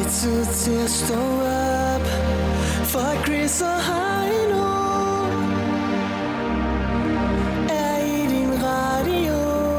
tid til at stå op for Chris og Heino er i din radio.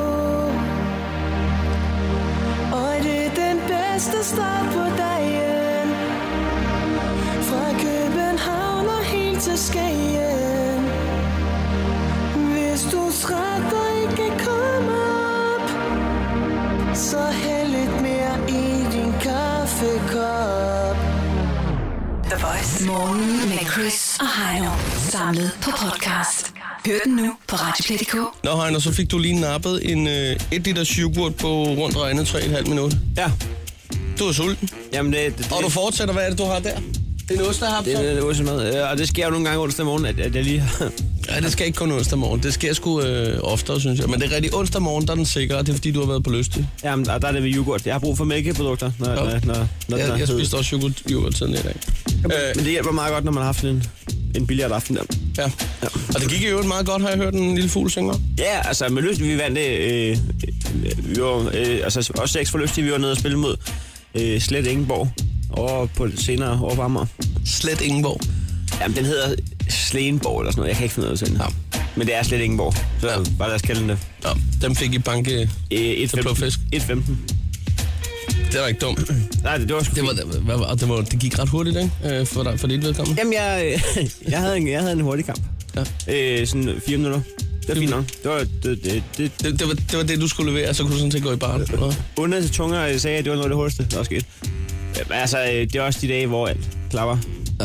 Og det er den bedste start på dagen. Fra København og helt til Skagen. Hvis du er træt og ikke kan komme op, så hæld lidt mere i din kaffekop. The Voice. Morgen med Chris og Heino. Samlet på podcast. Hør den nu på Radioplay.dk. Nå Heino, så fik du lige nappet en 1 liter yoghurt på rundt regnet 3,5 minutter. Ja. Du er sulten. Jamen og du fortsætter, hvad er det, du har der? Det er en ostehap, så? Det er ostemad, og det sker jo nogle gange onsdag morgen, at jeg lige har... Ja, det skal ikke kun onsdag morgen. Det sker sgu oftere, synes jeg. Men det er rigtig onsdag morgen, der er den sikre, og det er fordi, du har været på lyst. Jamen, der er det med yoghurt. Jeg har brug for mælkeprodukter, når jeg spiste også yoghurt tidligere i dag. Men det hjælper meget godt, når man har haft en billigere aften der. Ja. Og det gik jo meget godt, har jeg hørt en lille fugl synge. Ja, altså med lyst, vi vandt vi var altså også 6 for lyst, vi var nede og spille mod Slet Ingeborg senere over på Amager. Slet Ingeborg? Jamen, den hedder Slenborg eller sådan noget. Jeg kan ikke finde noget af det. Ja. Men det er Slet Ingeborg. Så bare lad os kalde den det. Ja, dem fik I banke til Plukfisk. 1,15. Det var ikke dumt. Nej, det var det gik ret hurtigt, ikke? For dit vedkommende. Jamen, jeg havde en hurtig kamp. Ja. Sådan 4 minutter. Det var fint nok. Det var det, du skulle levere, så kunne du sådan set gå i baren. Under til tunger sagde, at det var noget af det hurtigste, der var sket. Altså, det er også de dage, hvor alt klapper. Ja.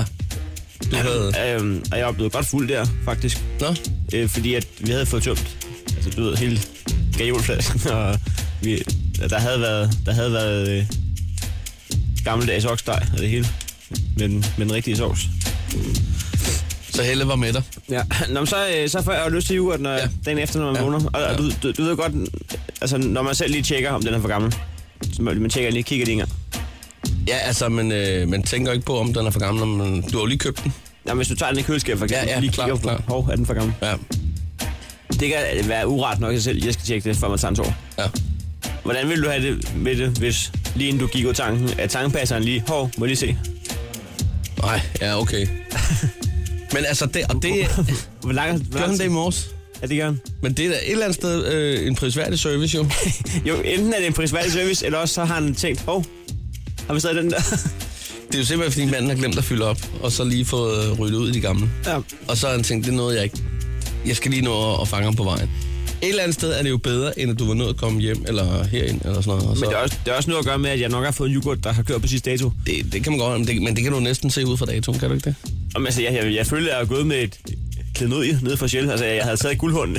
Og jeg var blevet godt fuld der, faktisk. Nå? Fordi at vi havde fået tømt. Altså, du ved, hele gajolflasken, og der havde været gammeldags oksdej og det hele. Med den rigtige sovs. Så Helle var med dig? Ja. Nå, så får jeg jo lyst til yoghurt, dagen efter, når man vågner. Og du ved godt, altså, når man selv lige tjekker, om den er for gammel. Så man tjekker lige, kigger det engang. Ja, altså, man tænker ikke på, om den er for gammel, men du har jo lige købt den. Jamen, hvis du tager den i køleskab, for eksempel, lige kigger på, hov, er den for gammel? Ja. Det kan være uret nok, jeg skal tjekke det, før man tager en tår. Ja. Hvordan ville du have det med det, hvis lige inden du gik ud tanken, at tankpasseren lige, hov, må lige se? Nej, ja, okay. Men altså, det hvor lang gør han det i morges? Ja, det gør han. Men det er da et eller andet sted en prisværdig service, jo. Jo, enten er det en prisværdig service, eller også så har han tænkt, har vi stadig den der? Det er jo simpelthen, fordi manden har glemt at fylde op, og så lige fået ryddet ud i de gamle. Ja. Og så har han tænkt, det er noget, jeg ikke... Jeg skal lige nå at fange ham på vejen. Et eller andet sted er det jo bedre, end at du var nødt at komme hjem, eller herind, eller sådan noget. Men det er også noget at gøre med, at jeg nok har fået en yoghurt, der har kørt på sidste dato. Det kan man godt, men det kan du næsten se ud fra datoen, kan du ikke det? Jamen, altså, jeg følte, at jeg var gået med et klædnøje nede fra Shell. Altså, jeg havde taget guldhånden.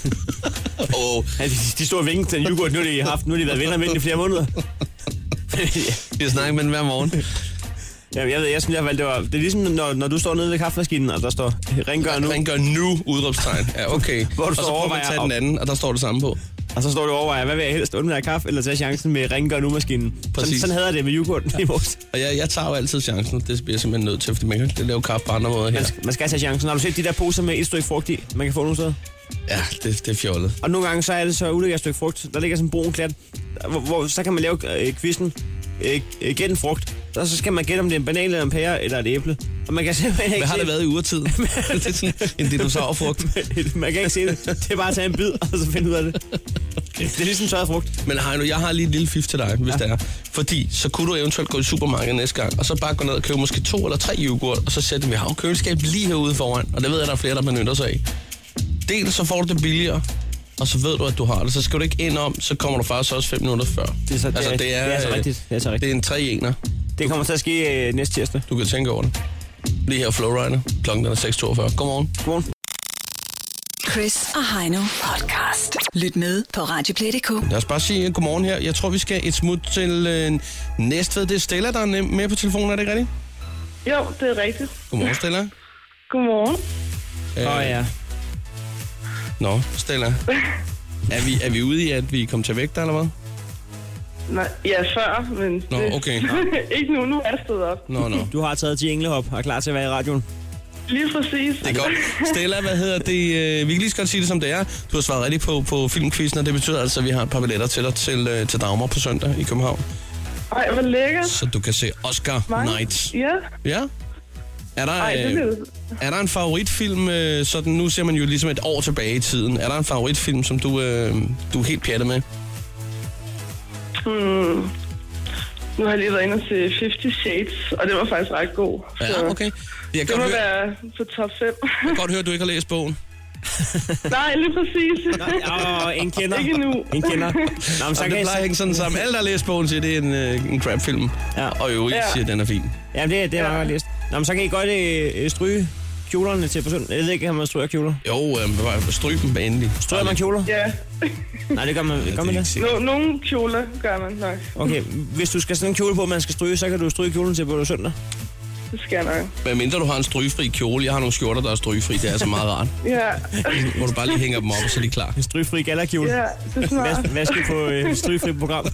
De store vinke til en yoghurt, nu har de været venner i flere måneder. Vi har snakket med den hver morgen. Ja, jeg synes i hvert fald, det er ligesom, når du står nede ved kaffemaskinen, og der står, rengør nu. Rengør nu, udråbstegn. Ja, okay. Hvor du og så prøver vi at tage den anden, og der står det samme på. Og så står du overvejer, hvad vil jeg helst, undvære kaffe, eller tage chancen med rengør nu-maskinen. Sådan havde det med yoghurten i vores. Og jeg tager jo altid chancen, det bliver simpelthen nødt til, fordi man kan ikke lave kaffe på andre måder her. Man skal tage chancen. Har du set de der poser med et stykke frugt i, man kan få nogle steder? Ja, det er fjollet. Og nogle gange så er det så ulækkert et stykke frugt. Der ligger sådan en brun klat, hvor så kan man lave quizzen. Gæt en frugt. Så skal man gætte, om det er en banan eller en pære eller et æble. Og man kan simpelthen ikke hvad har det været i urtid? Det er sådan en dinosaurfrugt. Man kan ikke se det. Det er bare at tage en bid, og så finde ud af det. Okay. Det er ligesom tørret frugt. Men Heino, jeg har lige et lille fif til dig, hvis det er. Fordi så kunne du eventuelt gå i supermarkedet næste gang, og så bare gå ned og købe måske 2 eller 3 yoghurt, og så sætte dem i havkøleskab lige herude foran. Og det ved jeg, der er flere, der benytter sig af. Dels så får du det billigere, og så ved du, at du har det. Så skal du ikke ind om, så kommer du faktisk også 5 minutter før. Det er så rigtigt. Det er en 3-1'er. Det kommer til at ske næste tirsdag. Du kan tænke over det. Lige her Flowrider. Klokken er 6:42. Godmorgen. Godmorgen. Chris og Heino podcast. Lyt med på Radioplay.dk. Lad os bare sige godmorgen her. Jeg tror, vi skal et smut til Næstved. Det er Stella, der er med på telefonen. Er det ikke rigtigt? Jo, det er rigtigt. Godmorgen, Stella. Godmorgen. Ja. Nå, Stella. Er vi ude i, at vi kom til vægter, eller hvad? Nej, ja, før, men... Nå, okay. ikke nu er jeg stået op. Nå. Du har taget 10 englehop og er klar til at være i radioen. Lige præcis. Det er godt. Stella, hvad hedder det? Vi kan lige så godt sige det, som det er. Du har svaret rigtigt på filmquizzen, og det betyder altså, at vi har et par billetter til dig til Dagmar på søndag i København. Ej, hvor lækkert. Så du kan se Oscar Night. Ja. Ja? Er der, Ej, er der en favoritfilm, sådan nu ser man jo ligesom et år tilbage i tiden. Er der en favoritfilm, som du er helt pjattet med? Nu har jeg lige været inde og se 50 Shades, og det var faktisk ret god. Ja, okay. Jeg Det må være på top 5. Jeg kan godt høre, at du ikke har læst bogen. Nej, lige præcis. En kender. Ikke nu. En kender. Nå, men så det kan plejer at hænge sådan sammen. Alle, der har læst bogen, siger, det er en crap-film. Ja. Og jo ikke siger, at den er fin. Ja, det er meget godt læst. Nå, men så kan I godt stryge kjolerne til på søndag. Jeg ved ikke, om man stryger kjoler. Jo, stryg dem endelig. Stryger man kjoler? Ja. Nej, det gør man, gør man det? Nogle kjoler gør man nok. Okay, hvis du skal sådan en kjole på, man skal stryge, så kan du stryge kjolen til på søndag. Det skal jeg nok. Men mindre du har en strygefri kjole. Jeg har nogle skjorter, der er strygefri. Det er altså meget rart. Ja. Hvor du bare lige hænger dem op, og så er de klar. En strygefri gallerkjole. Ja, det er smart. Vaske på strygefri program.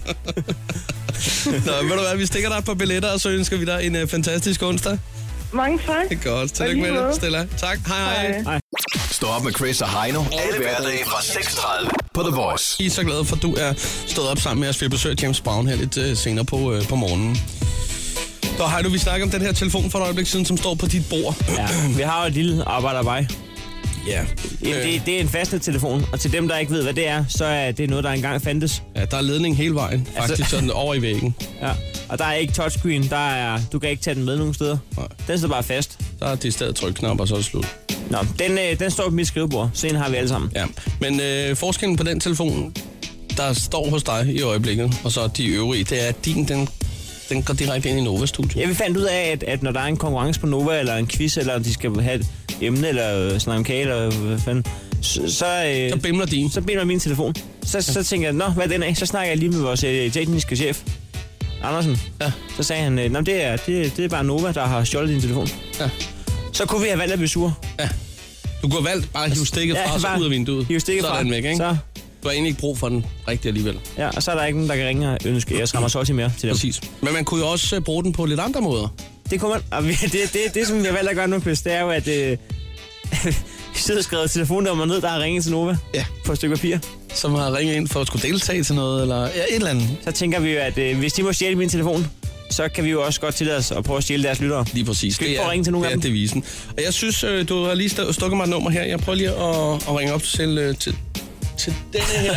Nå, ved du hvad, vi stikker dig på billetter, og så ønsker vi dig en fantastisk onsdag. Mange tak. Det er godt. Tillykke med det, Stella. Tak. Hej. Stå op med Chris og Heino. Alle hverdage fra 6:30 på The Voice. Jeg er så glad for, at du er stået op sammen med os. Vi har besøgt James Brown her lidt senere på morgenen. Så Heino, vi snakker om den her telefon for et øjeblik siden, som står på dit bord. Ja, vi har jo et lille arbejdervej. Ja. Det er en fastnettelefon, og til dem, der ikke ved, hvad det er, så er det noget, der engang fandtes. Ja, der er ledning hele vejen, faktisk sådan over i væggen. Ja, og der er ikke touchscreen, du kan ikke tage den med nogen steder. Nej. Den står bare fast. Der er det stedet trykknap, og så er det slut. Nå, den står på mit skrivebord, så en har vi alle sammen. Ja, men forskellen på den telefon, der står hos dig i øjeblikket, og så de øvrige, det er, at den går direkte ind i Nova-studiet. Ja, vi fandt ud af, at når der er en konkurrence på Nova, eller en quiz, eller de skal have et emne, eller snakke om kage, eller hvad fanden, så bimler din. Så bimler min telefon. Så tænker jeg, nå, hvad er den af? Så snakker jeg lige med vores tekniske chef, Andersen. Ja. Så sagde han, nå, det er bare Nova, der har stjålet din telefon. Ja. Så kunne vi have valgt at blive sure. Ja. Du kunne have valgt bare at hive stikket fra, så ud af vinduet. Hive stikket fra. Så er den væk, ikke? Så. Du har egentlig ikke brug for den rigtig alligevel. Ja, og så er der ikke nogen, der kan ringe og ønske, jeg skræmmer solgt mere til dem. Præcis. Men man kunne jo også bruge den på lidt andre måder. Det kunne man. Og det som vi har valgt at gøre nu, Chris, det er jo, at vi sidder og skriver telefonnummer ned, der har ringet til Nova. Ja. På et stykke papir. Som har ringet ind for at skulle deltage til noget, eller et eller andet. Så tænker vi jo, at hvis de må stjæle min telefon, så kan vi jo også godt tillade os at prøve at stjæle deres lyttere. Lige præcis. Skal vi prøve at ringe til nogen af dem? Det er devisen. Og jeg synes, du har lige stukket mig et nummer her. Jeg prøver lige at ringe op til denne her.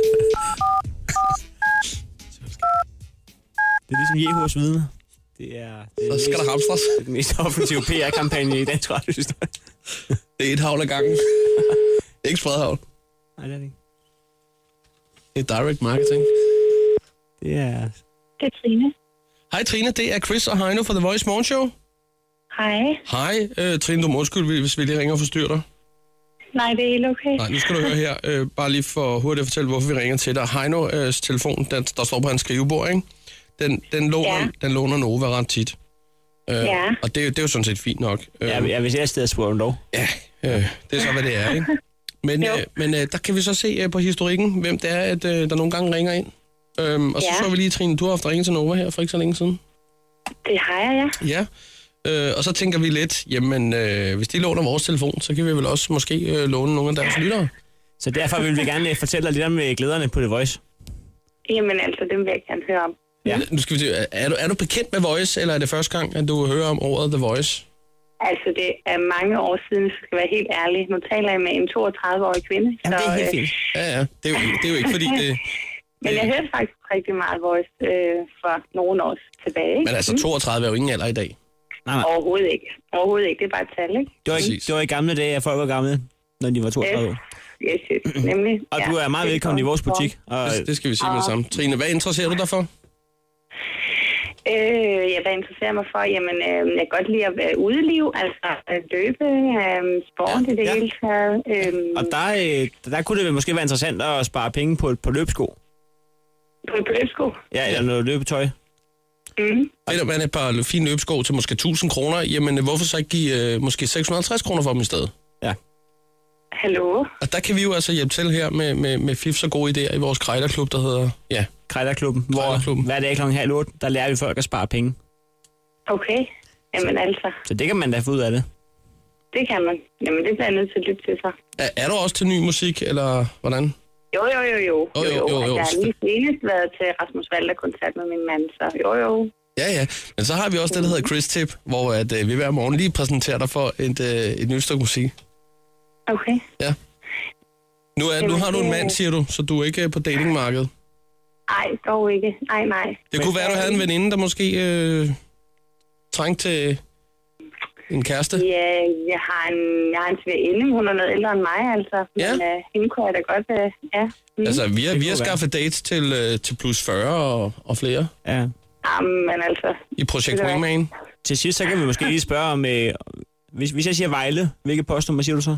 Det er ligesom Jehovas vidner. Så skal der hamstres. Det er den mest offensive PR-kampagne i dansk radiohistorie. Det er et havl ad gangen. Ikke spredhavl. Nej, det er det ikke. Det er direct marketing. Det er Trine. Hej Trine, det er Chris og Heino fra The Voice Morning Show. Hej. Hej, Trine, du må undskylde, hvis vi lige ringer og forstyrrer dig. Nej, det er helt okay. Nej, nu skal du høre her, bare lige for hurtigt at fortælle, hvorfor vi ringer til dig. Heinos telefon, der står på hans skrivebord, ikke? Den låner Nova ret tit. Ja. Og det er jo sådan set fint nok. jeg vil sige, at spørge om lov. Ja, det er så, hvad det er, ikke? Men der kan vi så se på historikken, hvem det er, at der nogle gange ringer ind. Og så vi lige, Trine, du har haft ringet til Nova her for ikke så længe siden. Det har jeg, ja. Ja, og så tænker vi lidt, jamen, hvis de låner vores telefon, så kan vi vel også måske låne nogle af deres lyttere. Så derfor vil vi gerne fortælle dig lidt om glæderne på The Voice. Jamen altså, dem vil jeg gerne høre om. Ja. Nu skal vi se, er du bekendt med Voice, eller er det første gang, at du hører om ordet The Voice? Altså, det er mange år siden, hvis jeg skal være helt ærlig. Nu taler jeg med en 32-årig kvinde. Jamen, så, det er helt fint. Ja, det er jo ikke fordi det... Men jeg hørte faktisk rigtig meget Voice for nogle år tilbage. Ikke? Men altså, 32 er jo ingen alder i dag. Nej. Overhovedet ikke. Overhovedet ikke. Det er bare et tal, ikke? Det var i gamle dage, at folk var gamle, når de var 32 år. Yes, nemlig. Og du er meget velkommen i vores butik. Og Det skal vi sige med det samme. Trine, hvad interesserer du dig for? Hvad interesserer mig for? Jamen, jeg kan godt lide at være udeliv, altså løbe, sport i det hele taget. Og der kunne det måske være interessant at spare penge på løbesko. På et løbesko? Ja, eller noget løbetøj. Mm. Ved du, man et par fine løbesko til måske 1000 kroner, jamen hvorfor så ikke give måske 650 kroner for dem i stedet? Ja. Hallo? Og der kan vi jo altså hjælpe til her med fifs og gode idéer i vores krejlerklub, der hedder... Ja, Krejlerklubben, hvor hver dag 7:30, der lærer vi folk at spare penge. Okay, jamen altså. Så det kan man da få ud af det. Det kan man. Jamen det bliver jeg nødt til at lytte til så. Er du også til ny musik, eller hvordan? Jo. Jo. Jeg har lige senest været til Rasmus Walter-koncert med min mand, så jo. Ja. Men så har vi også det, der hedder Chris Tip, hvor at, vi hver morgen lige præsenterer dig for et nyt stykke musik. Okay. Ja. Nu har du en mand, siger du, så du er ikke på datingmarkedet? Nej, dog ikke. Nej. Det kunne være, du havde en veninde, der måske trængte til en kæreste? Ja, jeg har en svigerinde, hun er noget ældre end mig, altså. Ja. Men hende kunne jeg da godt, ja. Altså, vi har skaffet dates til plus 40 og flere. Ja. Jamen, altså. I projekt Wingman. Til sidst, så kan vi måske lige spørge om... Hvis jeg siger Vejle, hvilket postnummer siger du så?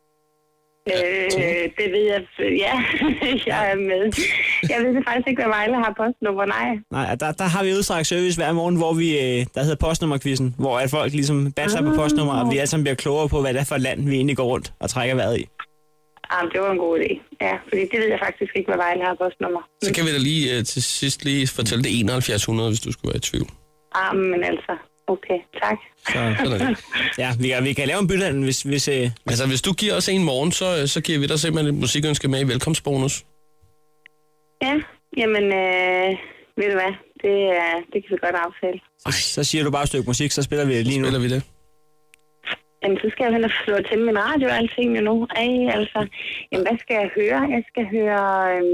Det ved jeg, ja, jeg er med. Jeg ved det faktisk ikke, hvad Vejle har postnummer, nej. Nej, der har vi udstrakt service hver morgen, hvor vi, der hedder postnummerquizzen, hvor at folk ligesom batter på postnummer, og vi alle sammen bliver klogere på, hvad det er for et land, vi egentlig går rundt og trækker vejret i. Jamen, det var en god idé. Ja, fordi det ved jeg faktisk ikke, hvad Vejle har postnummer. Så kan vi da lige til sidst lige fortælle det 7100, hvis du skulle være i tvivl. Men altså, okay, tak. Sådan er det. Ja, vi kan lave en byttehandel, hvis... Altså, hvis du giver os en morgen, så giver vi dig simpelthen et musikønske med i velkomstbonus. Ja, jamen, ved du hvad, det kan vi godt aftale. Så siger du bare et stykke musik, så spiller vi det lige nu. Spiller vi det? Jamen, så skal jeg hen og få til min radio og alting nu. Altså, jamen, hvad skal jeg høre? Jeg skal høre,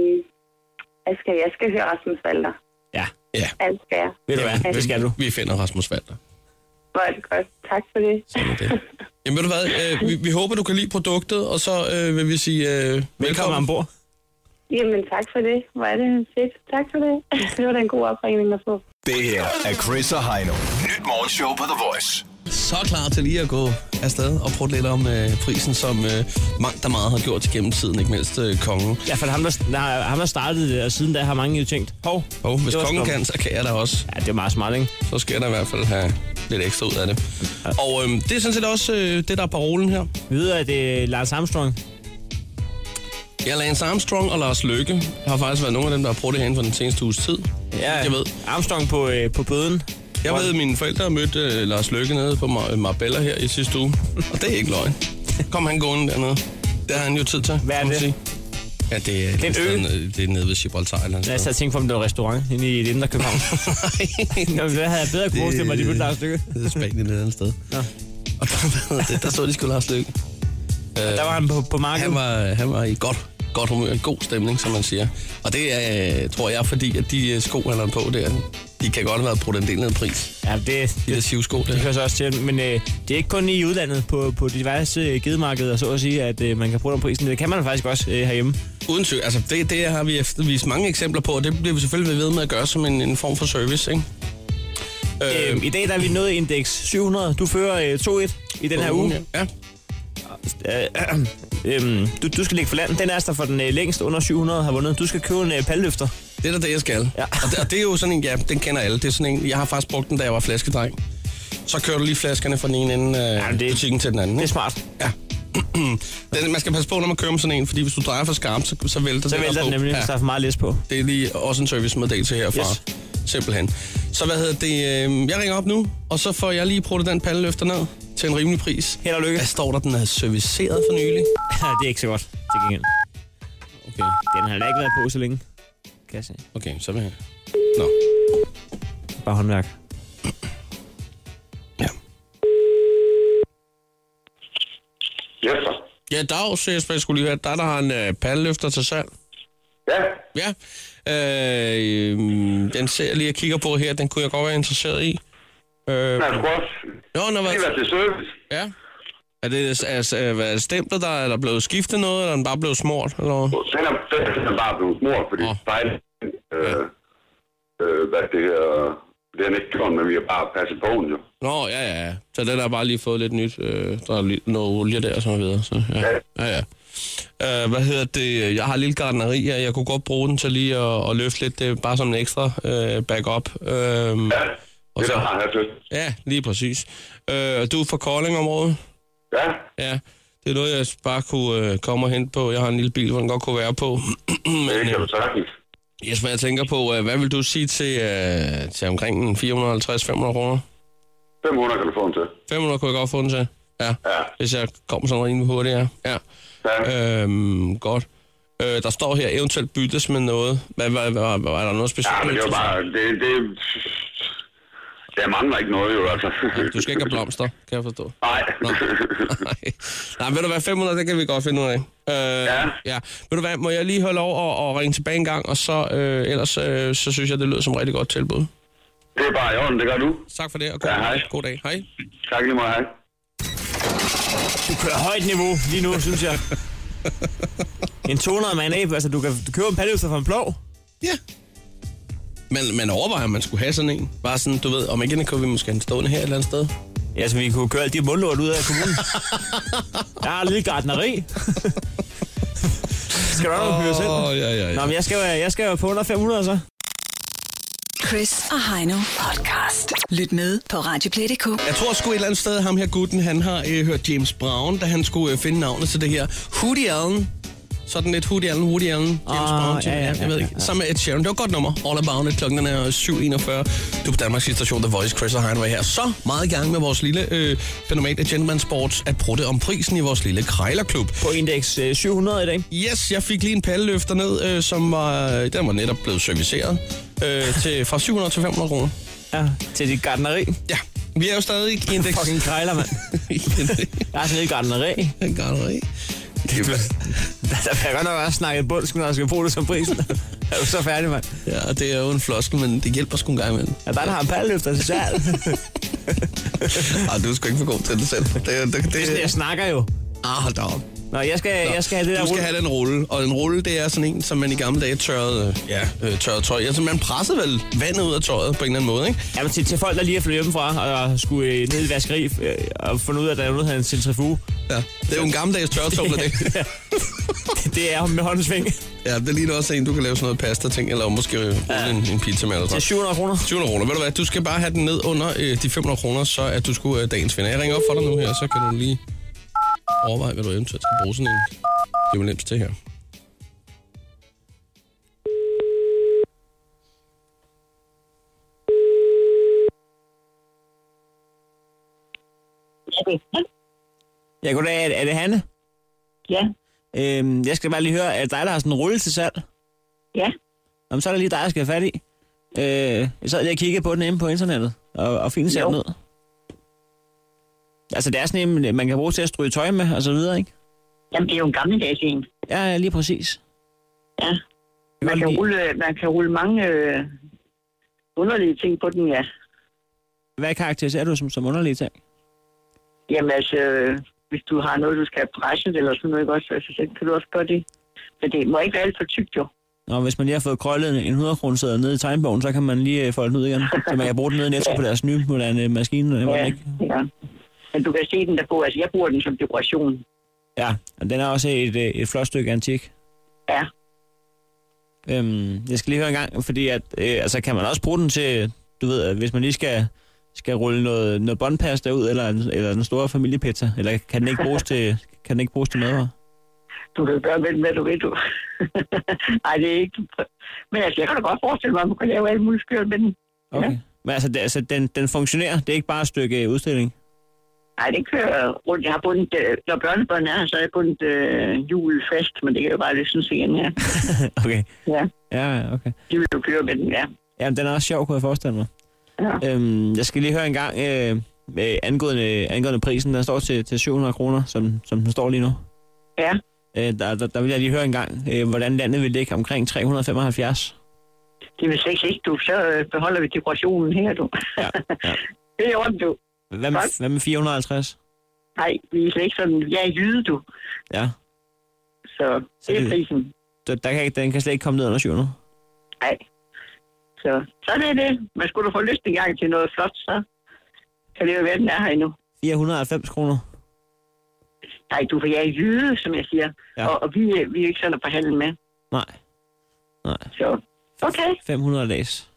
jeg skal høre Rasmus Walter. Ja. Alt skal jeg. Ved du hvad, det skal du. Vi finder Rasmus Walter. Hvor er det godt. Tak for det. Sådan er det. Jamen, ved du hvad, vi håber, du kan lide produktet, og så vil vi sige velkommen ombord. Jamen, tak for det. Hvor er det fedt. Tak for det. Det var da en god opringning at få. Det her er Chris og Heino. Nyt morgenshow på The Voice. Så klar til lige at gå afsted og prøve lidt om prisen, som mangt der meget har gjort gennem tiden, ikke mindst kongen. Ja, for ham der startede det, og siden da har mange jo tænkt, hvis kongen kan, så kan jeg da også. Ja, det er meget smart, ikke? Så skal jeg da i hvert fald have lidt ekstra ud af det. Ja. Og det er sådan set også det, der er parolen her. Vi ved, at det er Lars Armstrong. Ja, Lance Armstrong og Lars Løkke har faktisk været nogle af dem, der har prøvet det her inden for den seneste uges tid. Ja, jeg ved. Armstrong på bøden. Jeg ved, at mine forældre har mødt Lars Løkke nede på Marbella her i sidste uge. Og det er ikke løgn. Kom han gående dernede. Det har han jo tid til. Hvad er det? Ja, det er nede ved Gibraltar. Jeg sad og tænkte på, om det var restaurant inde i det indre København. Jamen, hvad havde jeg bedre kunne forestille mig, de mødte Lars Løkke? Det er Spanien et andet sted. Ja. Og der så de sgu Lars Løkke. Der var han på markedet. Han var i godt humør, i god stemning, som man siger. Og det er, tror jeg, fordi at de sko, han har på der, de kan godt have været brugt en del ned pris. Ja, de der sivsko der. Det hører så også til, men det er ikke kun i udlandet på diverse gedemarkeder, så at sige, at man kan bruge den prisen. Det kan man faktisk også herhjemme. Uden tvivl. Altså, det har vi eftervist mange eksempler på, og det bliver vi selvfølgelig ved med at gøre som en form for service, ikke? I dag der er vi nået indeks 700. Du fører 2-1 i den her uge. Ja. Du skal ligge for land. Den er der for den længst under 700 har vundet. Du skal købe en palleløfter. Det er det, jeg skal. Ja. Og det er jo sådan en, ja, den kender alle. Det er sådan en, jeg har faktisk brugt den, da jeg var flaskedreng. Så kører du lige flaskerne fra den ene ende af butikken til den anden. Det er smart. Ja. Man skal passe på, når man kører med sådan en, fordi hvis du drejer for skarpt, så vælter den. Så vælter den nemlig, hvis der er for meget læs på. Det er lige også en servicemeddelelse herfra. Yes. Simpelthen. Så jeg ringer op nu, og så får jeg lige prøvet den palleløfter ned til en rimelig pris. Held og lykke. Hvad står der, den er serviceret for nylig? Ja, det er ikke så godt. Det gengæld. Okay. Den har da ikke været på så længe, kan jeg se. Okay, så vil jeg. Nå. Bare håndværk. Ja. Jesper. Ja, Dags, jeg skulle lige høre. Der har en palleløfter til salg. Ja. Ja. Den ser jeg lige og kigger på her. Den kunne jeg godt være interesseret i. Nej, du også. Nå, hvad? Det var til service. Ja. Er det stemplet, der er der blevet skiftet noget, eller er den bare blevet smurt? Eller? Den er bare blevet smurt, fordi spejlet, hvad det her, det er ikke gjort, men vi har bare passet på den jo. Nå, ja. Så den har bare lige fået lidt nyt, der er noget olie der og så videre. Så, ja. Hvad hedder det? Jeg har et lille gartneri her. Jeg kunne godt bruge den til lige at løfte lidt. Det er bare som en ekstra backup. Og det der har jeg lyst. Ja, lige præcis. Du er fra Kolding-området? Ja. Det er noget, jeg bare kunne komme og hente på. Jeg har en lille bil, hvor den godt kunne være på. Det kan du sagtens. Jesper, jeg tænker på, hvad vil du sige til omkring 450-500 kroner? 500 kan du få den til. 500 kunne jeg godt få den til? Ja. Hvis jeg kommer sådan rimelig hurtigt, ja. Godt. Der står her eventuelt byttes med noget. Hvad var der noget specielt? Ja, men det var bare... Der mangler ikke noget, jo, altså. Ja, du skal ikke have blomster, kan jeg forstå. Nej. Nej, ved du hvad, 500, det kan vi godt finde ud af. Ja. Ved du hvad, må jeg lige holde lov at ringe tilbage en gang, og så ellers så synes jeg, det lyder som et rigtig godt tilbud. Det er bare i orden, det gør du. Tak for det, og god dag. Hej. Tak lige meget, hej. Du kører højt niveau lige nu, synes jeg. En 200 med en abe, altså du køber en paløfter for en plov. Ja. Men man overvejer, at man skulle have sådan en. Bare sådan, du ved, om ikke kunne vi måske have en stående her et eller andet sted. Ja, så vi kunne køre alle de mundlort ud af kommunen. Jeg har lidt gartneri. Skal du have noget selv? Ja. Nå, men jeg skal jo på under 500 så. Chris og Heino podcast. Lyt med på radioplay.dk. Jeg tror sgu et eller andet sted, ham her gutten, han har hørt James Brown, da han skulle finde navnet til det her. Woody Allen. Sådan lidt Woody Allen, James Brown. Ja, jeg ved ikke. Sammen med Ed Sheeran. Det var et godt nummer. All About It. Klokken er 7:41. Du på Danmarks station The Voice. Chris og Heino var her. Så meget i gang med vores lille fænomen af Gentleman Sports at prutte om prisen i vores lille krejlerklub. På indeks 700 i dag. Yes, jeg fik lige en palleløfter ned, som den var netop blevet serviceret fra 700 til 500 kroner. Ja, til dit gartneri. Ja, vi er jo stadig i indeks. Fucking krejler, mand. Jeg har sådan et gartneri. En garteri. Der kan godt nok også snakke et bundsken, når jeg skal bruge det som prisen. Er du så færdig, mand? Ja, det er jo en floskel, men det hjælper sgu en gang imellem. Ja, der har en palleløfter til salg. Ej, du er sgu ikke for god til det selv. Det jeg snakker jo. Hold da op. Nå, jeg skal have det der rulle. Du skal have den rulle, og en rulle, det er sådan en, som man i gamle dage tørrede tøj. Altså, man pressede vel vandet ud af tøjet på en eller anden måde, ikke? Jamen, til folk, der lige er flyttet hjemmefra og skulle ned i vaskeri og fundet ud af, at der er noget, der en centrifuge. Ja, det er jo en gammeldags tørretog med det. Det er med håndsving. Ja, det ligner også en, du kan lave sådan noget pasta-ting, eller måske en pizza med. Eller til 700 kroner. 700 kroner. Ved du hvad, du skal bare have den ned under de 500 kroner, så er du sgu dagens vinder. Jeg ringer op for dig nu her, så kan du lige overveje, hvad du eventuelt skal bruge sådan en. Det er jo nemt til her. Ja, goddag. Er det Hanne? Ja. Jeg skal bare lige høre, er det dig, der har sådan en rulle til salg? Ja. Jamen, så er det lige dig, jeg skal have fat i. Jeg sad lige og kiggede på den inde på internettet, og fint ser den ud. Altså, det er sådan en, man kan bruge til at stryge tøj med, og så videre, ikke? Jamen, det er jo en gammeldags en. Ja, lige præcis. Ja. Man kan rulle mange underlige ting på den, ja. Hvad karakteriserer du som underlige ting? Jamen altså, hvis du har noget, du skal have presset eller sådan noget, også, altså, så kan du også gøre det. Men det må ikke være alt for tykt, jo. Nå, hvis man lige har fået krøllet en 100-kroneseddel ned i tegnebogen, så kan man lige folde den ud igen. Så man kan bruge den ned i Netto på deres nye moderne maskine. Ja. Men du kan se den der på, altså jeg bruger den som dekoration. Ja, og den er også et flot stykke antik. Ja. Jeg skal lige høre en gang, fordi at, altså kan man også bruge den til, du ved, hvis man lige skal rulle noget båndpasta ud, eller den store familiepizza, eller kan den ikke bruges til madvarer? Du kan gøre med den, hvad du ved, du. Nej, det er ikke. Men altså, jeg kan da godt forestille mig, at man kan lave alle mulige skørt med den. Okay. Ja. Men altså, den fungerer. Det er ikke bare et stykke udstilling? Nej, det kører rundt. Jeg har bundet, når børnebørn er, så har jeg bundet hjul fast, men det kan jo bare lidt sådan se igen her. Okay. Ja. Ja, okay. De vil jo køre med den, ja. Jamen, den er også sjov, kunne jeg forestille mig. Ja. Jeg skal lige høre en gang angående prisen. Den står til 700 kroner, som den står lige nu. Ja. Der vil jeg lige høre en gang, hvordan landet vil ligge omkring 375. Det vil slet ikke, du. Så beholder vi dekorationen her, du. Ja. Det er ordentligt, du. Hvad med 450? Nej, vi er slet ikke sådan. Jeg er jyde, du. Ja. Så det er prisen. Den kan slet ikke komme ned under 700? Nej. Så det er det. Men skulle du få lyst en gang til noget flot, så kan det jo være, den er her endnu. 490 kroner? Nej, du, for jeg er jyde, som jeg siger. Ja. Og vi er ikke sådan at forhandle med. Nej. Så, okay. 500 dags.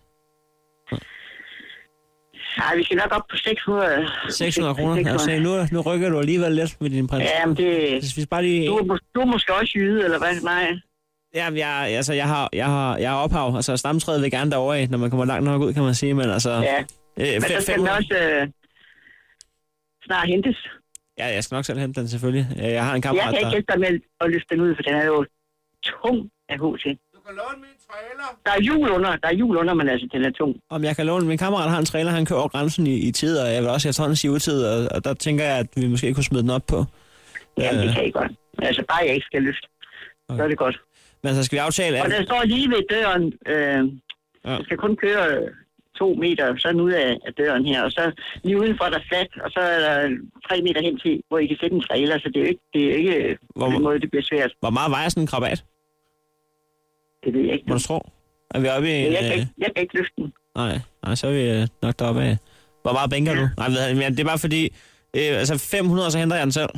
Nej, vi skal nok op på 600. 600 kroner? Altså, nu rykker du alligevel lidt med din prins. Ja, men det... Du er måske også jyde, eller hvad? Nej. Jamen, jeg har ophav. Altså, stamtræet vil gerne derovre af, når man kommer langt nok ud, kan man sige. Men altså... Ja, men så skal den også snart hentes. Ja, jeg skal nok selv hente den, selvfølgelig. Jeg har en kammerat, jeg kan ikke hjælpe dig med at løfte den ud, for den er jo tung af HC. Du kan låne min trailer. Der er hjul under, men altså, den er tung. Om jeg kan låne, min kammerat har en trailer, han kører over grænsen i tid, og jeg vil også efterhånden sige udtid, og der tænker jeg, at vi måske kunne smide den op på. Jamen, det kan I godt. Altså, bare jeg ikke skal løfte. Okay. Så er det godt. Men så skal vi aftale... Og der står lige ved døren, jeg skal kun køre 2 meter sådan ud af døren her, og så lige udenfor der er fladt, og så er der 3 meter hen til, hvor I kan sætte en trailer, så det er ikke på den måde, det bliver svært. Hvor meget vejer sådan en krabat? Det ved jeg ikke. Må du tro? Er vi oppe i... Jeg kan ikke løfte den. Nej, så er vi nok deroppe af. Hvor meget bænker du? Nej, det er bare fordi, altså 500, så henter jeg den selv.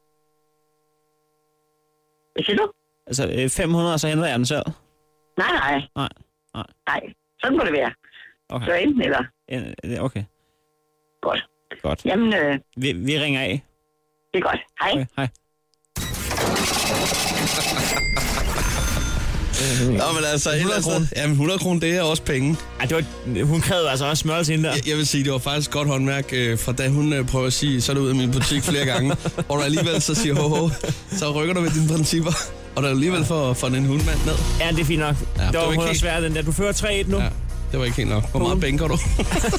Hvad siger du? Altså 500, så henter jeg den selv. Nej. Sådan må det være. Okay. Så enten eller. Okay. Godt. Jamen, vi ringer af. Det er godt. Hej. Okay, hej. Nå, men altså, 100 kroner. Jamen, 100 kroner, det er også penge. Ej, hun krævede altså også smørelse ind der. Jeg vil sige, det var faktisk godt håndværk, fra da hun prøver at sige, så er du ude af min butik flere gange, og du alligevel så siger, så rykker du med dine principper, og der er alligevel for en hundmand ned. Ja, det er fint nok. Ja, det var svært, den der. Du fører 3-1 nu. Ja, det var ikke helt nok. Hvor meget bænker du?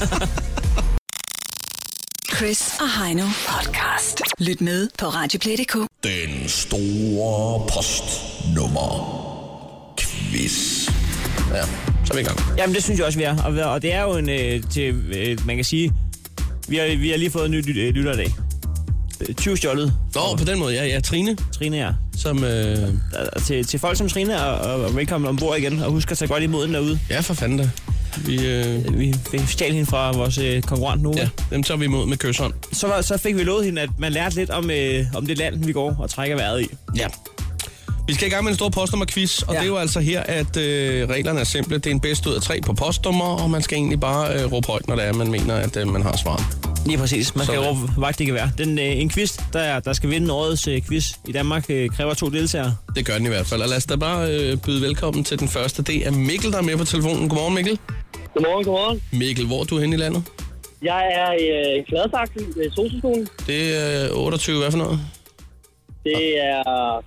Chris og Heino podcast. Lyt med på radioplay.dk. Den store postnummer quiz. Ja, så er vi i gang. Jamen, det synes jeg også, vi er. Og det er jo man kan sige, vi har lige fået en ny lytter i dag. 20 stjålet. På den måde, ja. Trine. Trine, ja. Som, til folk som Trine, og velkommen ombord igen, og husk at tage godt imod den derude. Ja, for fanden da. Vi stjal hende fra vores konkurrent nu. Ja, dem tager vi imod med kysshånd. Så fik vi lovet hende, at man lærte lidt om det land, vi går og trækker vejret i. Ja. Vi skal i gang med en stor postnummer-quiz, og det er jo altså her, at reglerne er simple. Det er en bedst ud af 3 på postnummer, og man skal egentlig bare råbe højt, når det er, man mener, at man har svaret. Lige præcis. Man skal råbe vagt, det kan være. En quiz, der skal vinde årets quiz i Danmark, kræver 2 deltagere. Det gør den i hvert fald. Og lad os da bare byde velkommen til den første. Det er Mikkel, der er med på telefonen. Godmorgen, Mikkel. Godmorgen. Mikkel, hvor er du henne i landet? Jeg er i Gladsaxe ved Sosu-skolen. Det er 28, hvad for noget? Det er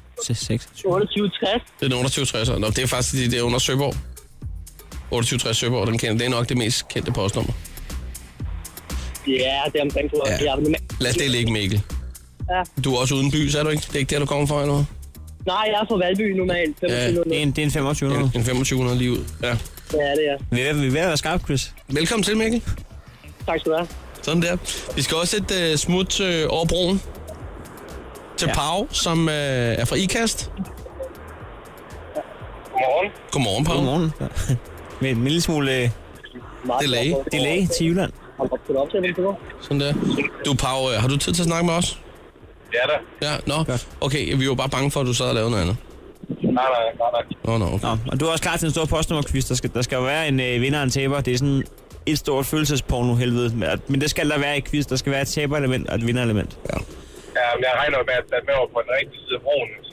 2860. Det er 2860. Nå, det er faktisk det er under Søborg. 2860 Søborg, den kender. Det er nok det mest kendte postnummer. Ja, det er omkring. Ja. Lad det ligge, Mikkel. Ja. Du er også uden by, er du ikke? Det er ikke der, du kommer fra, eller hvad? Nej, jeg er fra Valby normalt. 2500. Det er en 2500. En 2500 lige ud, ja. Ja, det er. Vi er ved at være skarpe, Chris. Velkommen til, Mikkel. Tak skal du have. Sådan der. Vi skal også et smut over broen til Pau, som er fra IKAST. Godmorgen. Godmorgen, Pau. Godmorgen. Med en lille smule delay til Jylland. Sådan der. Du, Pau, har du tid til at snakke med os? Ja da. Ja, nå. Okay, vi var bare bange for, at du sad og lavede noget andet. Nej. Okay. Nå, og du er også klar til en stor postnummerquiz. Der skal jo være en vinder og en taber. Det er sådan et stort følelsesporno-helvede. Men det skal der være i quiz. Der skal være et taber-element og et vinder-element. Ja, men jeg regner med, at der er med over på den rigtige side af broen, så...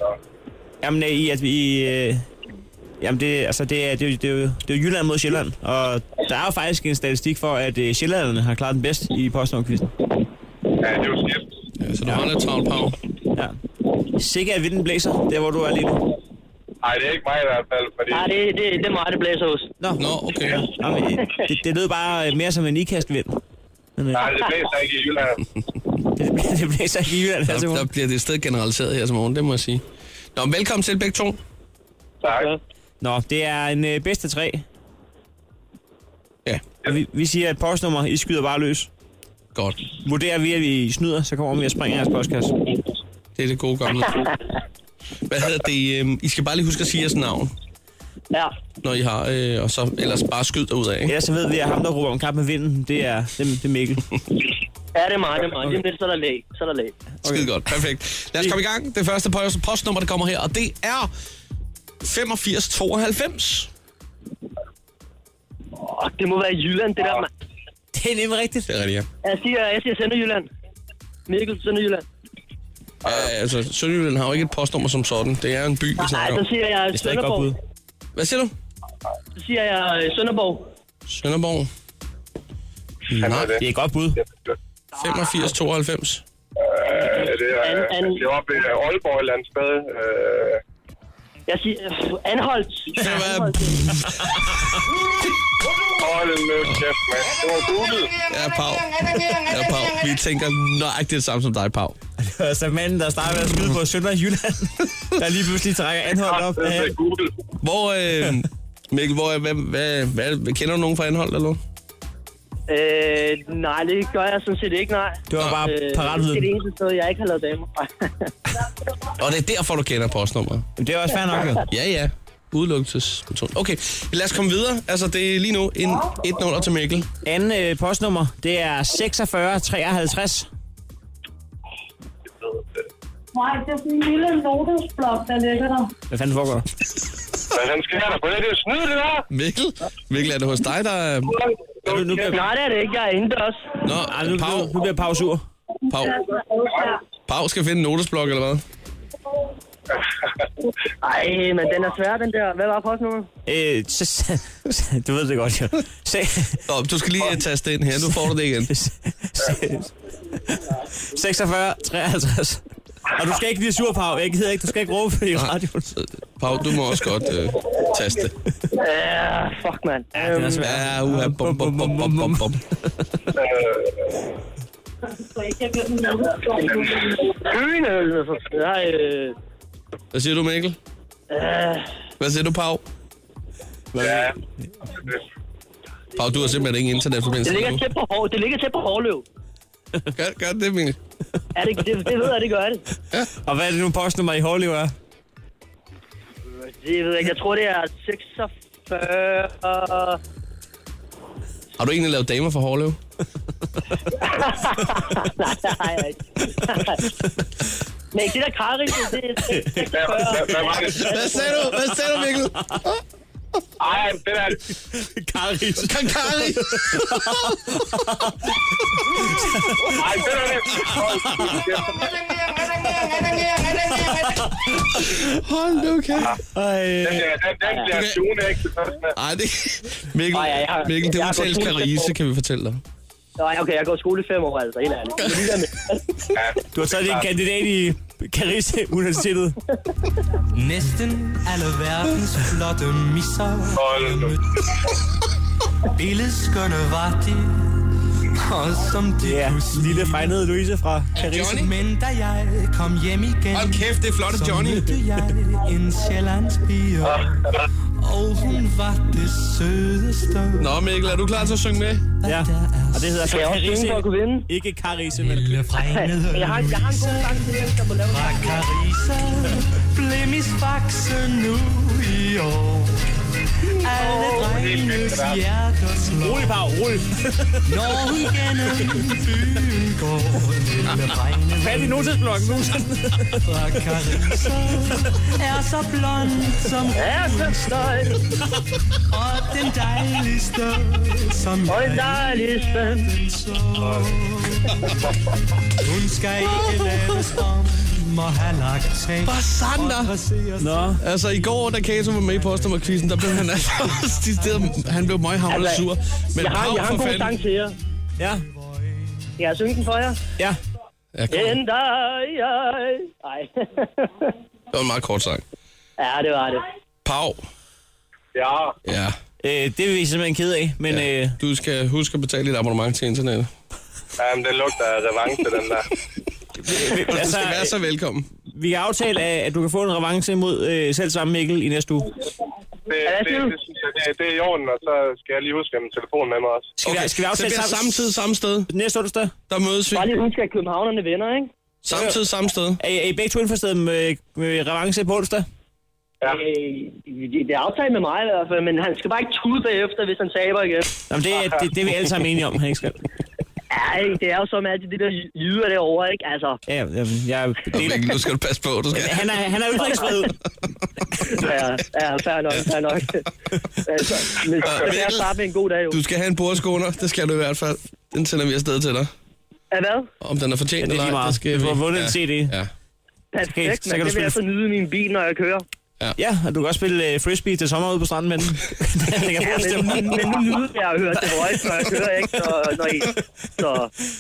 Jamen, det er jo Jylland mod Sjælland. Og der er jo faktisk en statistik for, at sjællanderne har klaret den bedst i postnummerquizzen. Ja, det er jo skidt. Ja, så du har lidt travlt, Pau. Ja. Sikker at vinden blæser, der hvor du er lige nu. Nej, det er ikke mig i hvert fald, fordi... Nej, det er mig, det blæser hos. Nå, okay. Ja. Jamen, det lød bare mere som en ikastvind. Nej, det blæser ikke i Jylland. Det blæser ikke i Jylland. Der bliver det i stedet generaliseret her til morgen, det må jeg sige. Nå, velkommen til begge to. Tak. Nå, det er en bedste 3. Ja. Og vi siger, at postnummer, I skyder bare løs. Godt. Vurderer vi, at vi snyder, så kommer vi og springer jeres postkasse. Det er det gode gamle. Hvad hedder det? I skal bare lige huske at sige jeres navn. Ja. Når I har, og så ellers bare skyd derud af, ikke? Ja, så ved vi, at ham, der råber om kamp med vinden, det er Mikkel. Ja, det er mig. Lige lidt, så er der læg. Okay. Skide godt, perfekt. Lad os komme i gang. Det første postnummer, der kommer her, og det er 8592. Det må være Jylland, det der, mand. Det er nemlig rigtigt. Det er rigtigt, ja. Jeg siger Sønderjylland. Mikkel, Sønderjylland. Altså, Sønderjylland har jo ikke et postnummer som sådan. Det er en by, vi snakker om. Nej, så siger jeg Sønderborg. Hvad siger du? Så siger jeg Sønderborg. Sønderborg. Nej, det er et godt bud. 8592. Det er oppe i Aalborg et eller andet sted. Jeg siger Anholdt. Hold nu kæft, mand. Det var Google. Ja, Pau. Vi tænker nøjagtigt det samme som dig, Pau. Det var altså manden, der startede med at skyde på Sønderjylland, der lige pludselig trækker Anholdt op. Hvor, Mikkel, hvad kender du nogen fra Anholdt, eller? Nej, det gør jeg sådan set ikke, nej. Det var bare paratviden. Det er det eneste sted, jeg ikke har lavet damer. Og det er derfor, du kender postnummeret. Det er også fair nok, jo. Ja. Udelukkelsesmetode. Okay, lad os komme videre. Altså, det er lige nu en 1-0 til Mikkel. Anden postnummer, det er 4653. Nej, det er sådan en lille notesblok, der ligger der. Hvad fanden foregår der? Hvad sker der på det? Det er snyd, det der! Mikkel, er det hos dig, der er... Nej, det er det ikke. Jeg er indendørs. Nå, nu bliver Pau sur. Pau skal finde en notesblok, eller hvad? Ej, men den er svær, den der. Hvad var postnummeret? Du ved det godt, jo. Nå, du skal lige taste ind her. Nu får du det igen. 4653. Og du skal ikke blive sur, Pau. Jeg gider ikke. Du skal ikke råbe i radioen. Pau, du må også godt taste. Ja, fuck, mand. Ja, den er svær. Bum. Hvad siger du, Mikkel? Hvad siger du, Pau? Ja. Pau, du har simpelthen ingen internetforbindelse. Det ligger tæt på Hårløv. Gør det, Mikkel? Ja, det ved jeg, det gør det. Ja. Og hvad er det nu postnummer i Hårlev er? Det ved jeg ikke. Jeg tror, det er 46... Har du egentlig lavet damer for Hårlev? Nej. Men det der Karis, det er 46... Hvad sagde du, Mikkel? Ej, det der... Karis. Kankari. Ej, det der... Hold nu, okay. Den bliver sjone, ikke? Ej, det... Mikkel, det er udtales Karise, kan vi fortælle dig. Nej, okay, jeg går i skole i 5 år, altså, helt ærligt. Du har taget din kandidat i Karise Universitetet. Næsten alle verdens flotte misser. Billedskønne var de, og som de lille fregnede Louise fra Karise. Men da jeg kom hjem igen, hold kæft, det er flotte Johnny. så mødte jeg en sjællandspige, og hun var det sødeste. Nå, Mikkel, er du klar til at synge med? Ja, og det hedder så Karise. Ikke Karise, men... Jeg har en god sang til jer, der må lave fra Karise blev mis fakse nu i år. Alle drenges hjerter slår. Rolig, Pau, rolig. Når hun gennem byen går. Lille regne. Fat i notesblokken nu. Fra Karise er så blond som rosenstøj. Og den dejligste som hun skal ikke laves om og have lagt tag. Basander! Nå, altså i går, da Kato var med i postnummerquizzen, der blev han altså han blev møghamrende sur. Men jeg har en god sang til jer. Ja. Jeg har synge den for jer. Ja. Nej. Det var en meget kort sang. Ja, det var det. Pau. Ja. Det er vi simpelthen ked af, men... Ja. Du skal huske at betale dit abonnement til internettet. Jamen, den lugter af revanche, den der. Du skal være så velkommen. Vi har aftalt, at du kan få en revanche mod selv samme Mikkel i næste uge. Det er i orden, og så skal jeg lige huske at min telefon med mig også. Skal vi aftale samme tid, samme sted? Næste onsdag? Der mødes vi. Bare lige huske, at københavnerne vinder, ikke? Samme tid, samme sted. Er I begge to indforstået med revanche på onsdag? Ja. Det er aftalt med mig i hvert fald, men han skal bare ikke tude bagefter, hvis han taber igen. Jamen, det er vi alle sammen enige om, han ikke skal. Ja, det er jo så med alle de der jyder derovre, ikke? Altså. Ja, nu skal du passe på. Han er ytringsfrihed. Ja, fair nok. Altså, men det er starte med en god dag, jo. Du skal have en bordskåner, det skal du i hvert fald. Den sender vi afsted til dig. Ja, hvad? Om den er fortjent eller ej, det skal vi. Du har vundet en CD. Ja. Perfekt, men det vil jeg så nyde i min bil, når jeg kører. Ja, og du kan også spille frisbee til sommer ude på stranden med den. men nu nyder jeg at høre The Voice, når jeg kører, ikke?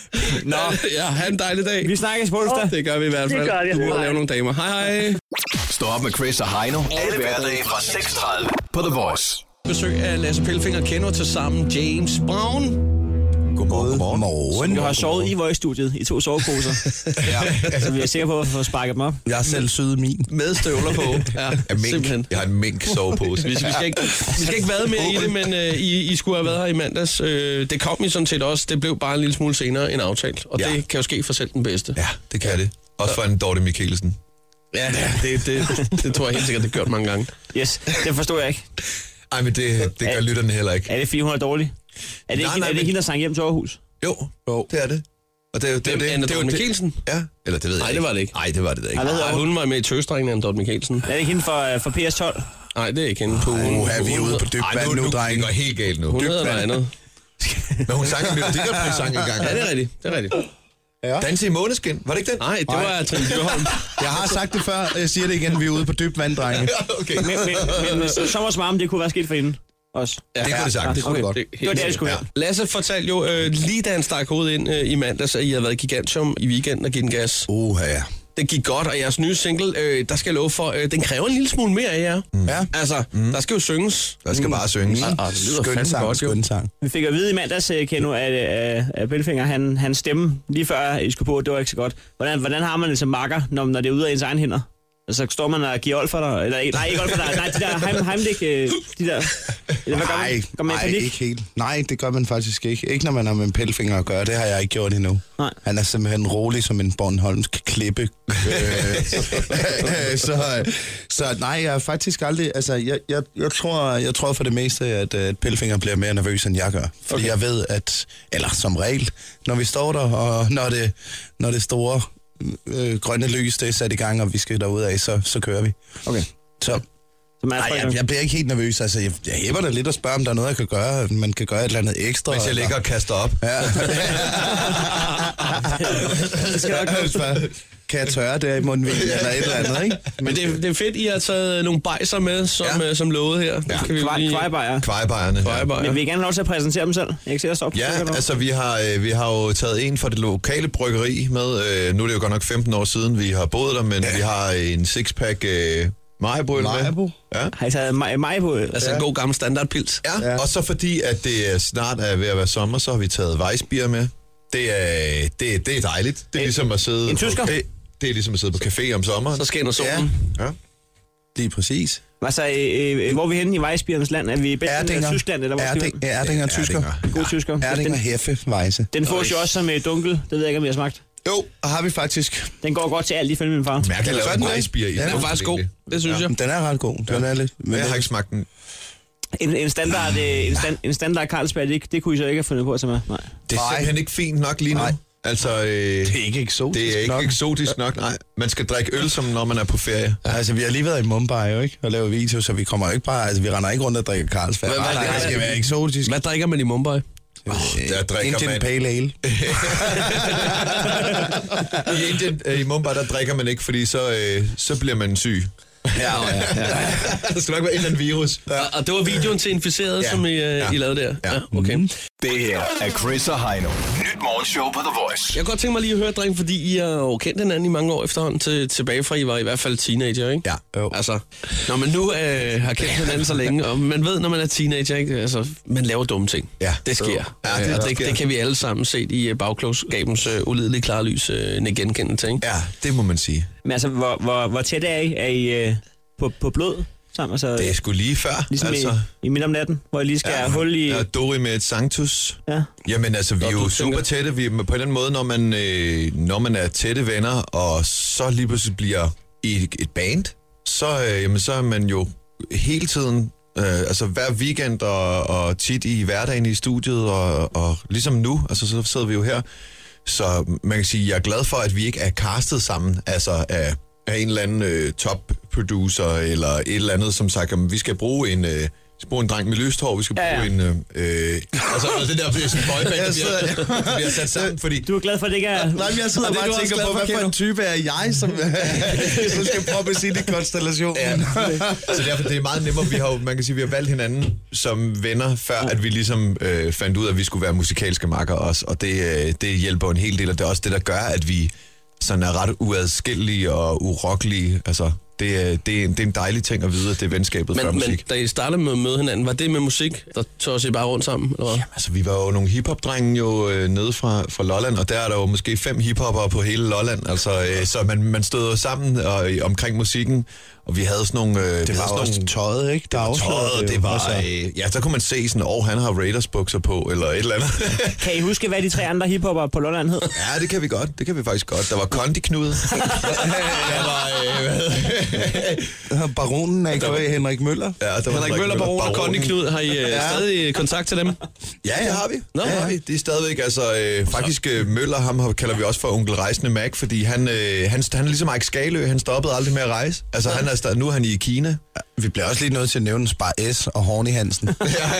Nå, ja, have en dejlig dag. Vi snakkes på onsdag. Det gør vi i hvert fald. Det gør vi. Du må lave nogle damer. Hej. Stå op med Chris og Heino. Alle hverdage fra 6:30 på The Voice. Besøg af Lasse Pilfinger kender til sammen James Brown. Godmorgen. Jeg har sovet i Voice-studiet i 2 soveposer. Så vi er sikre på at få sparket dem op. Jeg har selv syet min. Med støvler på. Ja, simpelthen. Jeg har en mink-sovepose. Vi skal ikke være med i det, men I skulle have været her i mandags. Det kom I sådan set også. Det blev bare en lille smule senere end aftalt. Og det kan jo ske for selv den bedste. Ja, det kan det. Også for en Dorte Mikkelsen. Ja, det tror jeg helt sikkert, det har gjort mange gange. Yes, det forstår jeg ikke. Ej, men det gør lytterne heller ikke. Er det 400 dårligt? Er det ikke hende, der sang hjem til Aarhus? Jo, det er det. Og det er Dorte Mikkelsen? Ja, eller det ved jeg ikke. Nej, det var det ikke. Nej, det var det da ikke. Nej, hun var med i Tøstrengen af Dorte Mikkelsen. Er det ikke hende fra PS12? Nej, det er ikke hende. Er vi ude på dybt vand nu, drenge? Det går helt galt nu. Hun hedder noget andet. Men hun sang en melodikaprissang engang. Ja, det er rigtigt. Ja. Danse i måneskin, var det ikke den? Nej, det var Trine Dyrholm. Jeg har sagt det før, jeg siger det igen, vi er ude på dybt vand, drenge. Okay. Men Sommers Varme, det kunne være sket for hende også. Ja, det kunne det sagtens. Det kunne godt. Det var det, jeg skulle have. Lasse fortalte jo lige da han stak hovedet ind i mandags, at I havde været i Gigantium i weekenden og givet den gas. Ja. Det gik godt, og jeres nye single, der skal jeg love for, den kræver en lille smule mere af jer. Ja. Altså, der skal jo synges. Der skal bare synges. Skøn sang. Vi fik at vide i mandags, Keno, at Pilfinger, han stemme lige før I skulle på, det var ikke så godt. Hvordan har man det som makker, når det er ude af ens egen hænder? Altså, står man og giver Olfer dig? Eller, nej, ikke Olfer dig. Nej, de der Heimlich, de der... Eller, nej, ikke helt. Nej, det gør man faktisk ikke. Ikke når man har med en Pilfinger at gøre. Det har jeg ikke gjort endnu. Nej. Han er simpelthen rolig som en bornholmsk klippe. Så nej, jeg er faktisk aldrig... Altså, jeg tror for det meste, at Pilfinger bliver mere nervøs, end jeg gør. Fordi jeg ved, at... Eller som regel, når vi står der, og når det store... grønne lys, det er sat i gang, og vi skal derudad, så kører vi. Okay. Så jeg bliver ikke helt nervøs. Altså, jeg hæver da lidt og spørger, om der er noget, jeg kan gøre. Man kan gøre et eller andet ekstra. Hvis jeg ligger og kaster op. Ja. Det skal nok kan jeg tørre der i mundvinden eller et eller andet, ikke? Men det er fedt, I har taget nogle bajser med, som lovet her. Ja. Kvejbajerne. Men vi vil gerne lov til at præsentere dem selv. Jeg kan se, at stoppe. Ja, altså vi har jo taget en fra det lokale bryggeri med. Nu er det jo godt nok 15 år siden, vi har boet der, men vi har en sixpack Maribo. Ja. Har I taget Maribo? Altså en god gammel standardpils. Ja, og så fordi, at det snart er ved at være sommer, så har vi taget Weissbier med. Det er dejligt. Det er ligesom at sidde... En tysker? Det er ligesom at sidde på café om sommeren. Så skinner solen. Ja. Lige præcis. Altså, hvor er vi henne i Weissbiernes land? Er vi i Tyskland? Eller Erdinger tysker. God tysker. Erdinger Heffe Weisse. Den fås jo også som dunkel. Det ved jeg ikke, om vi har smagt. Jo, har vi faktisk. Den går godt til alt, ifølge min far. Mærkeligt at lave en Weissbier i. Den er faktisk god. Det synes jeg. Den er ret god. Den er lidt. Men jeg har ikke smagt den. En standard Carlsberg, det kunne I så ikke have fundet på at tage med. Nej. Det er simpelthen ikke fint nok lige nu. Nej. Altså, det er ikke eksotisk nok. Det er ikke eksotisk nok, nej. Man skal drikke øl, som når man er på ferie. Ja. Altså, vi har lige været i Mumbai, jo ikke? Og lavet video, så vi kommer ikke bare... Altså, vi render ikke rundt og drikker Carlsberg. Nej, det skal være eksotisk. Hvad drikker man i Mumbai? Der drikker Indian man... Pale Ale. I Mumbai, der drikker man ikke, fordi så bliver man syg. Ja. Der skal nok være et eller andet virus. Ja. Og det var videoen til inficerede, som I lavede der? Ja. Okay. Det her er Chris og Heino. Nyt morgenshow på The Voice. Jeg kan godt tænke mig lige at høre, dreng, fordi I har jo kendt hinanden i mange år efterhånden tilbage fra, I var i hvert fald teenager, ikke? Ja. Jo. Altså, når man nu har kendt hinanden så længe, og man ved, når man er teenager, ikke? Altså, man laver dumme ting. Ja. Det sker. Ja, det kan vi alle sammen se i bagklogskabens ulideligt klare lys genkendende ting. Ja, det må man sige. Men altså, hvor tæt er I på blod sammen? Altså, det er sgu lige før. Ligesom altså, i midt om natten, hvor I lige skal hul i... Ja, Dori med et sanctus. Ja. Jamen altså, vi er jo super tætte. Vi er på en måde, når man er tætte venner, og så lige pludselig bliver i et band, så er man jo hele tiden... altså hver weekend og tit i hverdagen i studiet, og ligesom nu, altså så sidder vi jo her. Så man kan sige, jeg er glad for, at vi ikke er castet sammen, altså af en eller anden top producer, eller et eller andet, som sagt, at vi skal bruge en dreng med lyst hår, vi skal bruge en... altså det der bliver sådan en boyband, der bliver sat sammen, fordi... Du er glad for, at det ikke er... Nej, men jeg sidder bare og tænker på, hvad for en type er jeg, som skal prøve at sige det i konstellationen. Ja. Så derfor det er meget nemmere, man kan sige, vi har valgt hinanden som venner, før at vi ligesom fandt ud af, at vi skulle være musikalske makker også, og det hjælper en hel del, og det er også det, der gør, at vi sådan er ret uadskillelige og urokkelige, altså det er en dejlig ting at vide, at det er venskabet før musik. Men da I startede med at møde hinanden, var det med musik, der tog I bare rundt sammen? Eller hvad? Jamen, altså, vi var jo nogle hiphop-drenge jo nede fra Lolland, og der er der jo måske 5 hiphopper på hele Lolland, altså, så man stod sammen omkring musikken, og vi havde sådan nogle... det var også tøjet, ikke? Det var tøjet, det var... ja, så kunne man se sådan, han har Raiders-bukser på, eller et eller andet. Kan I huske, hvad de 3 andre hiphopper på Lolland hed? Ja, det kan vi godt. Det kan vi faktisk godt. Der var Kondi Knud. Der var Baronen af Henrik Møller. Ja, der var Henrik Møller, Baron og Kondi Knud. Har I stadig kontakt til dem? Ja, det har vi. Har vi. Det er stadigvæk, altså... faktisk Møller, ham kalder vi også for onkel Rejsende Mac, fordi han er ligesom Mike Skalø. Han stoppede aldrig med at rejse. Altså, nu er han i Kina. Ja, vi bliver også lige nødt til at nævne Spar S og Horny Hansen.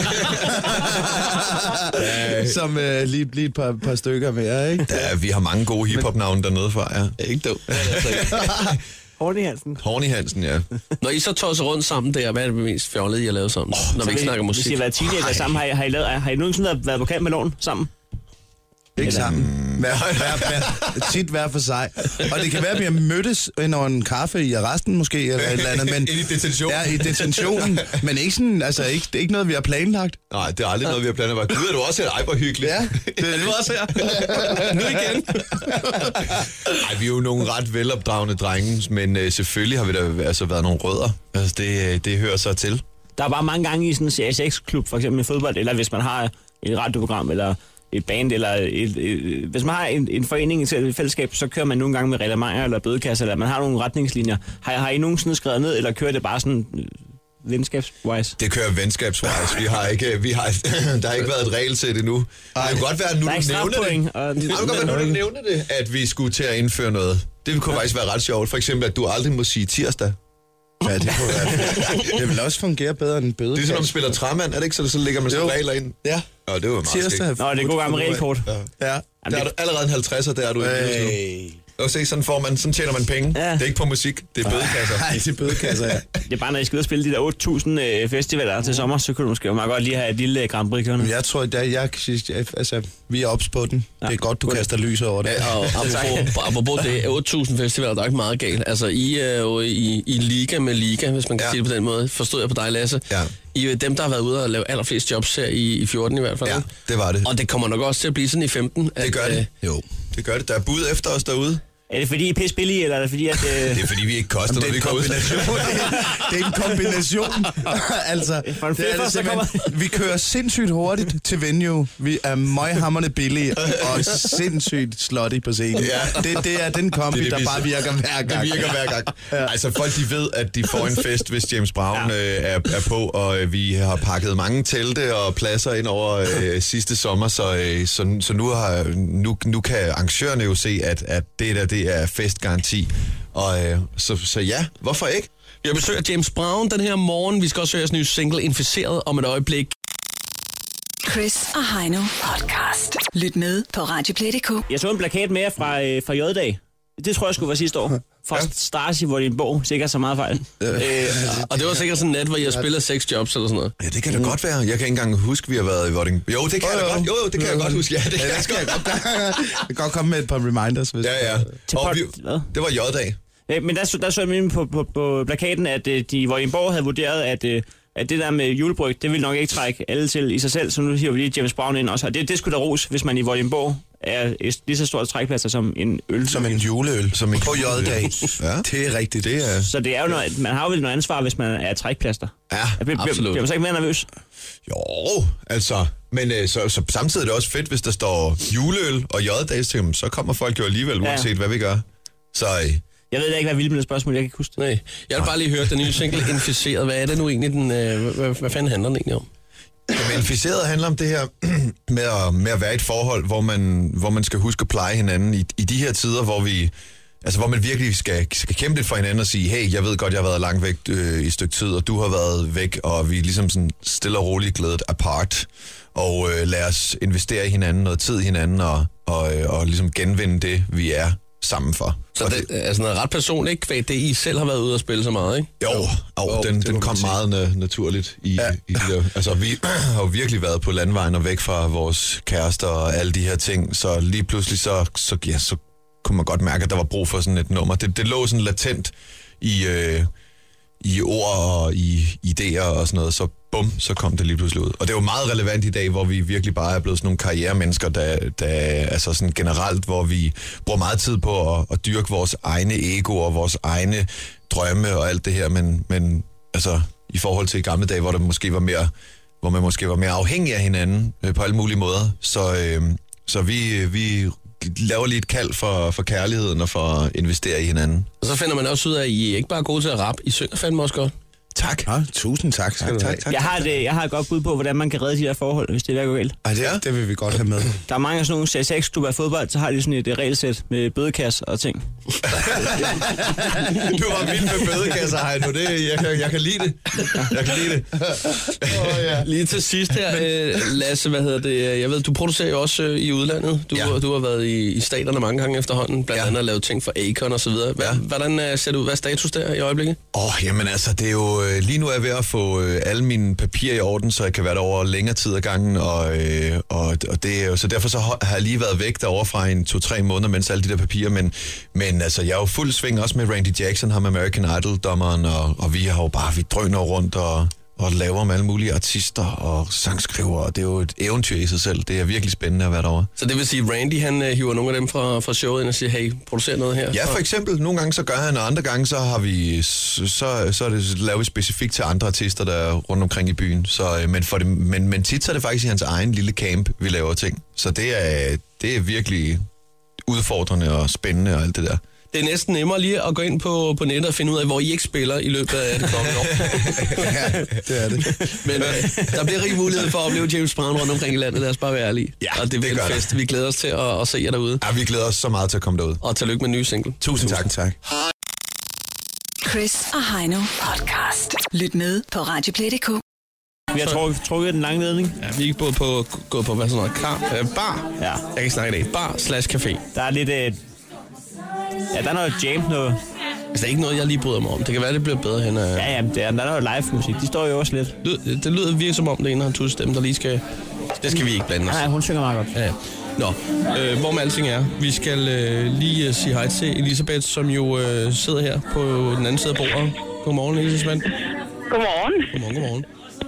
Som lige et par stykker mere, ikke? Ja, vi har mange gode hiphop-navne dernede fra, ja. Ikke dog. Horny Hansen. Horny Hansen, ja. Når I så tosser rundt sammen der, hvad er det mest fjollede, I har lavet sammen? Når vi ikke snakker musik. Hvis I har været teenager sammen, har I nogensinde været på kant med loven sammen? Ikke sammen. Tit hver for sig. Og det kan være, at vi har mødtes under en kaffe i arresten måske, eller et eller andet. Men, i detentionen. Ja, i detentionen. Men ikke sådan, altså det er ikke noget, vi har planlagt. Nej, det er aldrig noget, vi har planlagt. Gud, er du også her? Ej, hvor hyggeligt. Ja, det er du også her. Nu igen. Ej, vi er jo nogle ret velopdragende drenge, men selvfølgelig har vi da altså været nogle rødder. Altså, det hører sig til. Der er bare mange gange i sådan en CSX-klub, for eksempel i fodbold, eller hvis man har et radioprogram, eller et band, eller hvis man har en forening, et fællesskab, så kører man nogle gange med reglementer eller bødekasser, eller man har nogle retningslinjer. Har I nogensinde skrevet ned, eller kører det bare sådan venskabswise? Det kører venskabswise. Der har ikke været et regelsæt endnu. Det kan godt være, nu du nævner det, at vi skulle til at indføre noget. Det kunne faktisk være ret sjovt. For eksempel, at du aldrig må sige tirsdag. Ja, det kunne være. Det vil også fungere bedre end en bødekasse. Det er som, når man spiller træmand, er det ikke? Så ligger man sådan regler ind. Ja. Nå, det var meget skægt. Nå, det er god gang med regelkort. Ja. Der er du allerede en 50'er, der er du ikke. Og se, sådan tjener man penge. Ja. Det er ikke på musik, det er bødekasser. Nej, det er bødekasser, ja. Det er bare, når I skal ud og spille de der 8.000 festivaler til sommer, så kunne du måske meget godt lige have et lille Grand Prix kørende. Jeg tror, at vi er ops på den. Ja. Det er godt, du kaster lys over det. Ja, og apropos det 8.000 festivaler, der er ikke meget galt. Altså, I er jo i liga med liga, hvis man kan sige det på den måde. Forstod jeg på dig, Lasse. Ja. I er dem, der har været ude og lave allerflest jobs her i 14 i hvert fald. Ja, det var det. Og det kommer nok også til at blive sådan i 15. Det gør det. Jo, det gør det. Der er bud efter os derude. Er det fordi, I er pisse billige, eller er det fordi, at... Det er fordi, vi ikke koster, når vi kommer ud. Det er en kombination. Altså, vi kører sindssygt hurtigt til venue. Vi er møghamrende billige og sindssygt slutty på scenen. Ja. Det er den kombi, der bare virker hver gang. Det virker hver gang. Ja. Altså, folk de ved, at de får en fest, hvis James Brown er på, og vi har pakket mange telte og pladser ind over sidste sommer, så nu kan arrangørerne jo se, at det er festgaranti. Og så ja, hvorfor ikke? Jeg besøger James Brown den her morgen. Vi skal også høre jeres nye single Inficeret om et øjeblik. Chris og Heino podcast. Lyt med på Radioplay.dk. Jeg så en plakat med fra J-dag. Det tror jeg skulle være sidste år. Fra Stasi, hvor din bog sikkert så meget fejl. Og det var sikkert sådan en nat, hvor jeg spiller 6 jobs eller sådan noget. Ja, det kan da godt være. Jeg kan ikke engang huske, vi har været i Vording. Jo, det kan jeg da godt. Jo, det kan jeg godt huske. Ja, det kan jeg godt. Det kan godt komme med et par reminders. Hvis ja. Det var J-dag. Men der så jeg med på plakaten, at de Vordingborg havde vurderet, at det der med julebryg, det ville nok ikke trække alle til i sig selv, så nu hiver vi lige James Brown ind også. Og det skulle da ros, hvis man i Vordingborg er lige så stort trækpladser som en øl. Som en juleøl. Som en på J-dag. Ja. Det er rigtigt. Det er... Så det er jo noget, man har jo vel noget ansvar, hvis man er trækplaster. Ja, absolut. Bliver man så ikke mere nervøs? Jo, altså... Men så samtidig er det også fedt, hvis der står juleøl og J-dag, så kommer folk jo alligevel, uanset hvad vi gør. Så... Jeg ved da ikke, hvad vildt med det spørgsmål, jeg kan ikke huske det. Nej, jeg har bare lige hørt den nye single Inficeret. Hvad er det nu egentlig, hvad fanden handler den egentlig om? Jamen, Inficeret handler om det her med at være i et forhold, hvor man skal huske at pleje hinanden i de her tider, hvor man virkelig skal kæmpe lidt for hinanden og sige, hey, jeg ved godt, jeg har været langt væk i et stykke tid, og du har været væk, og vi er ligesom sådan stille og roligt glædet apart, og lad os investere i hinanden, noget tid i hinanden, og ligesom genvinde det, vi er sammen for. Så det er sådan noget ret personligt, ikke? Kvæg det, I selv har været ude og spille så meget, ikke? Jo, den kom meget naturligt i de der... Altså, vi har jo virkelig været på landvejen og væk fra vores kærester og alle de her ting, så lige pludselig så kunne man godt mærke, at der var brug for sådan et nummer. Det lå sådan latent i ord og i idéer og sådan noget, så bum, så kom det lige pludselig ud. Og det er jo meget relevant i dag, hvor vi virkelig bare er blevet sådan nogle karrieremennesker, der altså sådan generelt, hvor vi bruger meget tid på at dyrke vores egne egoer og vores egne drømme og alt det her, men altså i forhold til i gamle dage, hvor man måske var mere afhængig af hinanden på alle mulige måder. Så vi laver lige et kald for kærligheden og for at investere i hinanden. Og så finder man også ud af, at I ikke bare er gode til at rappe, I synger fandme også godt. Tak. Ja, tusind tak. Tak. Jeg har et godt bud på, hvordan man kan redde de der forhold, hvis det er ved at gå galt. Det vil vi godt have med. Der er mange af sådan nogle CSX-klubber af fodbold, så har de sådan et regelsæt med bødekasse og ting. Du var vild med bødekasser, Heino. Jeg kan lide det. Lige til sidst her, Lasse, jeg ved, du producerer jo også i udlandet. Du har været i staterne mange gange efterhånden, blandt andet at lave ting for Akon og så videre. Hvordan ser det ud? Hvad er status der i øjeblikket? Jamen altså, det er jo lige nu er jeg ved at få alle mine papirer i orden, så jeg kan være der over længere tid ad gangen, og det er jo, så derfor så har jeg lige været væk derovre fra 2-3 måneder, mens alle de der papirer, men altså, jeg er jo fuld sving også med Randy Jackson, ham American Idol-dommeren, og vi drøner rundt og laver med alle mulige artister og sangskrivere, og det er jo et eventyr i sig selv. Det er virkelig spændende at være derovre. Så det vil sige, at Randy han hiver nogle af dem fra showet ind og siger, hey, producer noget her? Ja, for eksempel. Nogle gange så gør han, og andre gange så har vi laver vi specifikt til andre artister, der er rundt omkring i byen. Men tit så er det faktisk i hans egen lille camp, vi laver ting. Så det er virkelig udfordrende og spændende og alt det der. Det er næsten nemmere lige at gå ind på nettet og finde ud af, hvor I ikke spiller i løbet af det kommende år. Ja, det er det. Men der bliver rig mulighed for at opleve James Brown rundt omkring i landet, lad os bare være ærlige. Ja, og det bliver en fest. Vi glæder os til at se jer derude. Ja, vi glæder os så meget til at komme derud. Og tillykke med en ny single. Tusind tak. Chris og Heino podcast. Lyt med på radioplay.dk. Vi har trukket den lange ledning. Ja, vi er ikke gået på hvad sådan noget? Bar? Ja. Jeg kan ikke snakke i dag. Bar/café. Der er lidt... Ja, der er noget jam, noget... Altså, det er ikke noget, jeg lige bryder mig om. Det kan være, det bliver bedre hen af... Ja, der er noget live-musik. De står jo også lidt. Det lyder virkelig som om, det er en af hans stemme, der lige skal... Det skal vi ikke blande os. Nej, hun synger meget godt. Ja. Nå, hvor med alting er. Vi skal lige sige hej til Elisabeth, som jo sidder her på den anden side af bordet. Godmorgen, Elisabeth. Godmorgen.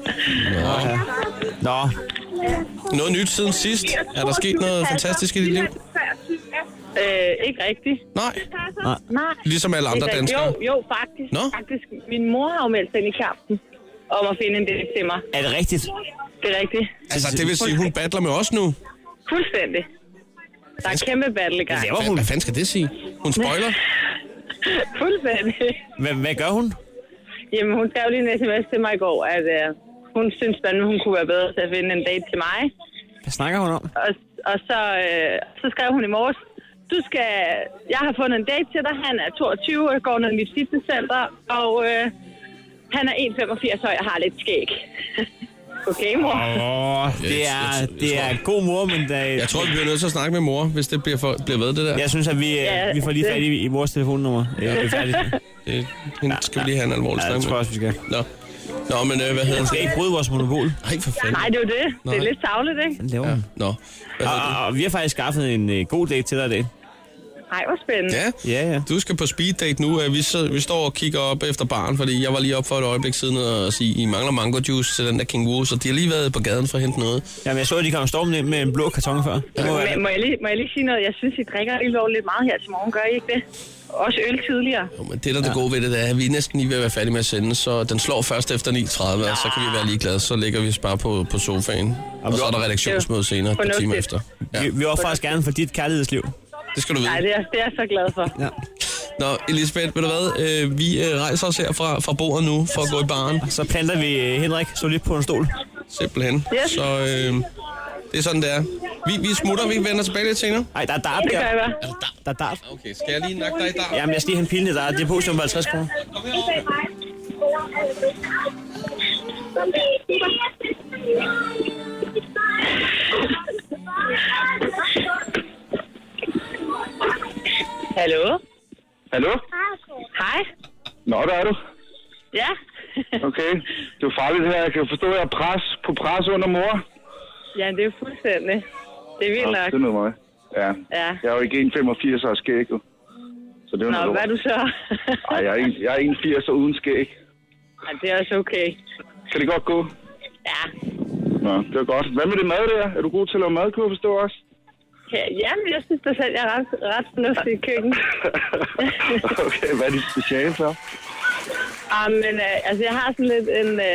Nå. Noget nyt siden sidst. Er der sket noget fantastisk i dit liv? Ikke rigtigt. Nej. Ligesom alle andre ikke danskere? Jo, faktisk. Nå? Faktisk. Min mor har jo meldt sig ind i kampen om at finde en del til mig. Er det rigtigt? Det er rigtigt. Altså, det vil sige, hun battler med os nu? Fuldstændig. Der er kæmpe battle i gang. Hvad fanden skal det sige? Hun spoiler? Fuldstændig. Hvad gør hun? Jamen, hun skrev lige en sms til mig i går, at hun synes, at hun kunne være bedre til at finde en date til mig. Hvad snakker hun om? Og så skrev hun i morges, jeg har fundet en date til dig. Han er 22 og går ned i mit fitnesscenter, og han er 1,85 og jeg har lidt skæg. Okay, mor. Det er god mor, men jeg tror, vi bliver nødt til at snakke med mor, hvis det bliver ved det der. Jeg synes, at vi får lige fat i vores telefonnummer. Det er færdigt. Det skal vi lige have en alvorlig snak med. Ja, det tror jeg også, vi skal. Nå, men hvad hedder det? Skal ikke bryde vores monopol? Nej, for fanden. Nej, det er jo det. Det er lidt savligt, ikke? Hvad laver hun? Nå. Og vi har faktisk skaffet en god date til dig i dag. Ej, hvor spændende. Ja. Du skal på speed date nu. Vi står og kigger op efter baren, fordi jeg var lige op for et øjeblik siden og sige, I mangler mango juice til den der King Wu, så de har lige været på gaden for at hente noget. Jamen, jeg så, at de kom stormen ind med en blå karton før. Må jeg lige sige noget? Jeg synes, I drikker lidt meget her til morgen. Gør I ikke det? Også øl tidligere. Jo, men det, der er det gode ved det, er, at vi er næsten lige ved at være færdige med at sende, så den slår først efter 9:30, og så kan vi være ligeglade. Så lægger vi os bare på sofaen, og så er der redaktionsmøde senere et par timer efter. Ja. Vi var faktisk gerne for dit kærlighedsliv. Det skal du vide. Nej, det er jeg så glad for. Ja. Nå, Elisabeth, ved du hvad? Vi rejser os her fra bordet nu for at gå i baren. Så planter vi Henrik solidt på en stol. Simpelthen. Yes. Så det er sådan, det er. Vi smutter, vi vender tilbage lidt senere. Nej, der er dart der. Der er dart. Okay, skal jeg lige nakke dig i dart? Jamen, jeg skal lige have en pilende dart. Det er på som 50 kroner. Hallo? Hallo? Hej. Nå, der er du. Ja. Okay. Det er farligt her. Jeg kan forstå, at jeg er på pres under mor. Ja, det er fuldstændig. Det er vildt nok. Det er noget mig. Ja. Jeg er jo ikke 1,85 og skæg. Så det er Nå, hvad er du så? Ej, jeg er 81 og uden skæg. Ja, det er også okay. Kan det godt gå? Ja. Nå, det er godt. Hvad med det mad der? Er du god til at lave mad, kunne jeg forstå også? Ja, men jeg synes da selv, jeg er ret fornuftig i køkken. Okay, hvad er dit speciale så? Men altså, jeg har sådan lidt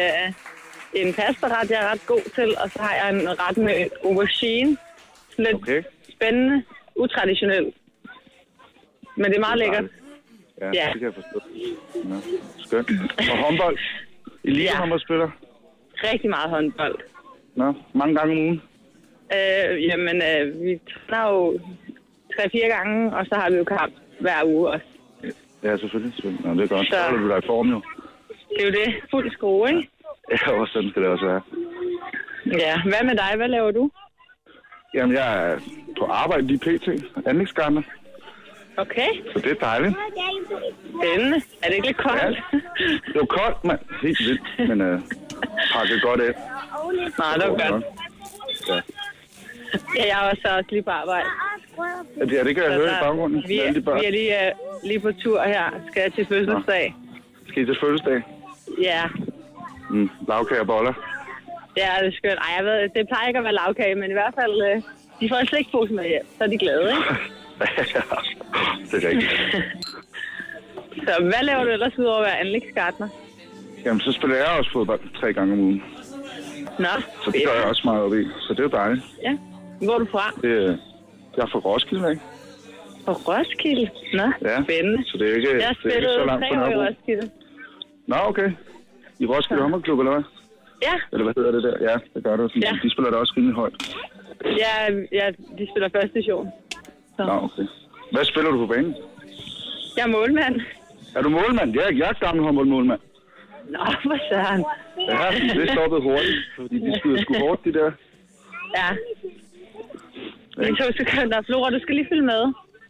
en pastaret, jeg er ret god til, og så har jeg en ret med aubergine. Lidt spændende, utraditionelt. Men det er meget lækkert. Ja, det kan jeg forstå. Ja, skønt. Og håndbold? Elite-håndboldspiller? Rigtig meget håndbold. Nå, mange gange om ugen? Jamen, vi træner jo 3-4 gange, og så har vi jo kamp hver uge også. Ja, selvfølgelig. Nå, det er godt. Så holder du dig i form jo. Det er jo det. Fuld skrue, ikke? Ja, og sådan skal det også være. Ja, hvad med dig? Hvad laver du? Jamen, jeg er på arbejde lige pt. Anlægsgartner. Okay. Så det er dejligt. Spændende. Er det ikke lidt koldt? Ja, det er koldt, mand. Helt vildt. Men pakket godt af. Nej, det var godt. Ja. Ja, jeg er også lige på arbejde. Ja, det kan jeg høre i baggrunden. Vi er lige på tur her. Skal jeg til fødselsdag? Skal I til fødselsdag? Ja. Lavkage og boller? Ja, det er skønt. Ej, jeg ved, det plejer ikke at være lavkage, men i hvert fald, de får en slikpose med hjem. Så er de glade, ikke? Ja, det er rigtigt. Så hvad laver du ellers ud over at være anlægsgartner? Jamen, så spiller jeg også fodbold 3 gange om ugen. Nå. Så det gør jeg også meget op i, så det er jo dejligt. Ja. Hvor er du fra? Jeg er fra Roskilde, ikke? Fra Roskilde? Nå, ja. Spændende. Så det er ikke, jeg har spillet 3 år i Roskilde. Nå, okay. I Roskilde håndboldklub, eller hvad? Ja. Eller hvad hedder det der? Ja, det gør det. Ja. De spiller da også rimelig højt. Ja, de spiller første division. Nå, okay. Hvad spiller du på banen? Jeg er målmand. Er du målmand? Ja, jeg er gammel håndboldmålmand. Nå, hvor søren. Ja, det stoppede hurtigt, fordi de skyder sgu hårdt, de der. Ja. I 2 sekunder. Flora, du skal lige følge med.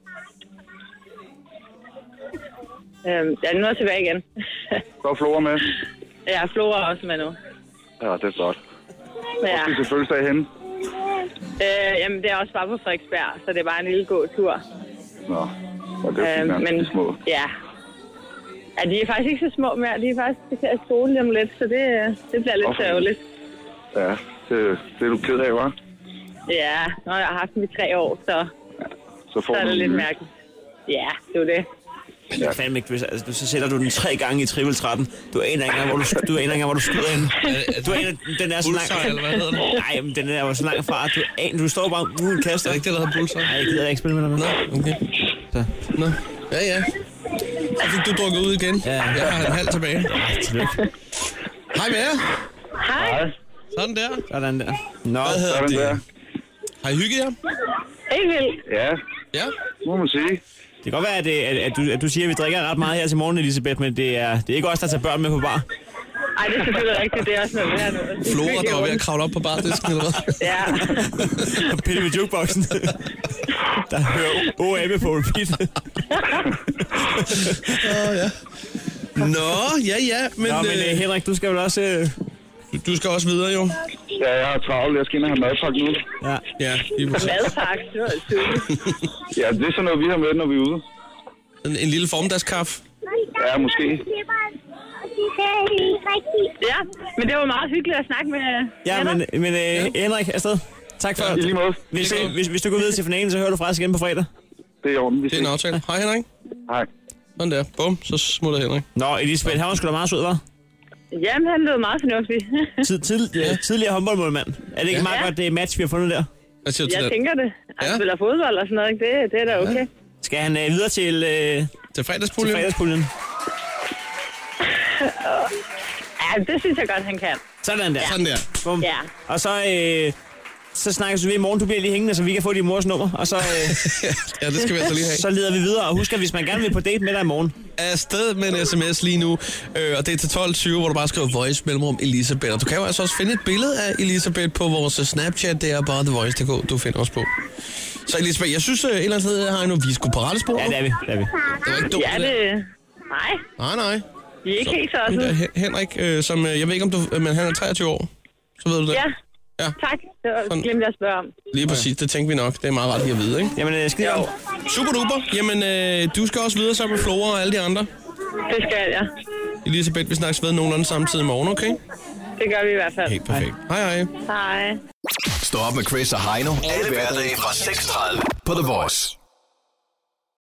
Ja, nu er jeg tilbage igen. Så er Flora med. Ja, Flora er også med nu. Ja, det er godt. Ja. Hvor skal I til fødselsdag henne? Jamen, det er også bare på Frederiksberg, så det er bare en lille gåtur. Nå, og det er fint, de små. Ja. Ja, de er faktisk ikke så små mere. De er faktisk til at skole lige om lidt, så det bliver lidt sørgeligt. Ja, det er du ked af, hva'? Ja, når jeg har haft dem i 3 år, så er det lidt mærkeligt. Ja, det er jo det. Men det er fandme ikke, altså, så sætter du den 3 gange i triple 13. Du aner ikke engang, hvor du skyder hende. Den er så langt. Eller hvad hedder det? Nej, men den er jo så langt fra. Du står bare uden kaster. Er det ikke det, der hedder bullseye? Nej, jeg gider ikke spille med dig. Nå, okay. Så. Nå. Ja. Så fik du drukket ud igen. Ja. Jeg har en halv tilbage. Hej med jer. Hej. Sådan der. Sådan der. Nå, hvad hedder det? Der. Har I hygget jer? Helt vildt. Ja, må man sige. Det kan godt være, at du siger, at vi drikker ret meget her til morgen, Elisabeth, men det er ikke os, der tager børn med på bar. Ej, det er selvfølgelig rigtigt. Det er også noget værd noget. Flora, der var ved at kravle op på bardisken, eller hvad? Ja. Pille med jukeboxen. Der hører OAB på repeat. Ja. Nå, ja. Men Henrik, du skal vel også... Du skal også videre, jo. Ja, jeg har travlt. Jeg skal ind og have madpakke nu. Ja, lige præcis. Madpakke? Det var tydeligt. Ja, det er sådan noget, vi har med, når vi er ude. En lille formiddagskaffe? Ja, måske. Ja, men det var meget hyggeligt at snakke med men Henrik, afsted. Tak for... I lige måde. Hvis du går videre til finalen, så hører du fra os igen på fredag. Det er i orden. Det er en aftale. Hej, Henrik. Hej. Sådan der. Bum, så smutter Henrik. Nå, Elisabeth, han var sgu da meget sød, hva'? Jamen, han lød meget fornuftig. Tidligere håndboldmålmand. Er det ikke meget godt, det match, vi har fundet der? Jeg tænker det. Han spiller fodbold og sådan noget, ikke? Det er da okay. Ja. Skal han videre til fredagspuljen? Ja, det synes jeg godt, han kan. Sådan der. Ja. Sådan der. Bum. Ja. Og så snakkes vi i morgen. Du bliver lige hængende, så vi kan få din mors nummer. Og så, ja, det skal vi altså lige have. Så leder vi videre. Og husk, at hvis man gerne vil på date med dig i morgen. Afsted med en sms lige nu. Og det er til 12.20, hvor du bare skriver voice mellemrum Elisabeth. Og du kan jo altså også finde et billede af Elisabeth på vores Snapchat. Det er bare thevoice.dk, du finder os på. Så Elisabeth, jeg synes et eller andet sted, vi er sgu på rette spor. Ja, det er vi. Det var ikke dumt. Ja, det... Nej. Vi er ikke helt sådan. Henrik, som jeg ved ikke om du... Men han er 23 år. Så ved du det. Ja. Ja. Tak. Det glemte jeg at spørge om. Lige præcis, det tænkte vi nok. Det er meget ret lige at vide, ikke? Jamen, skide godt. Super duper. Jamen, du skal også videre sammen med Flora og alle de andre. Det skal jeg. Elisabeth, vi snakkes ved nogenlunde samtidig i morgen, okay? Det gør vi i hvert fald. Helt perfekt. Hej. Hej. Stå op med Chris og Heino. Alle hverdage fra 6:30 på The Voice.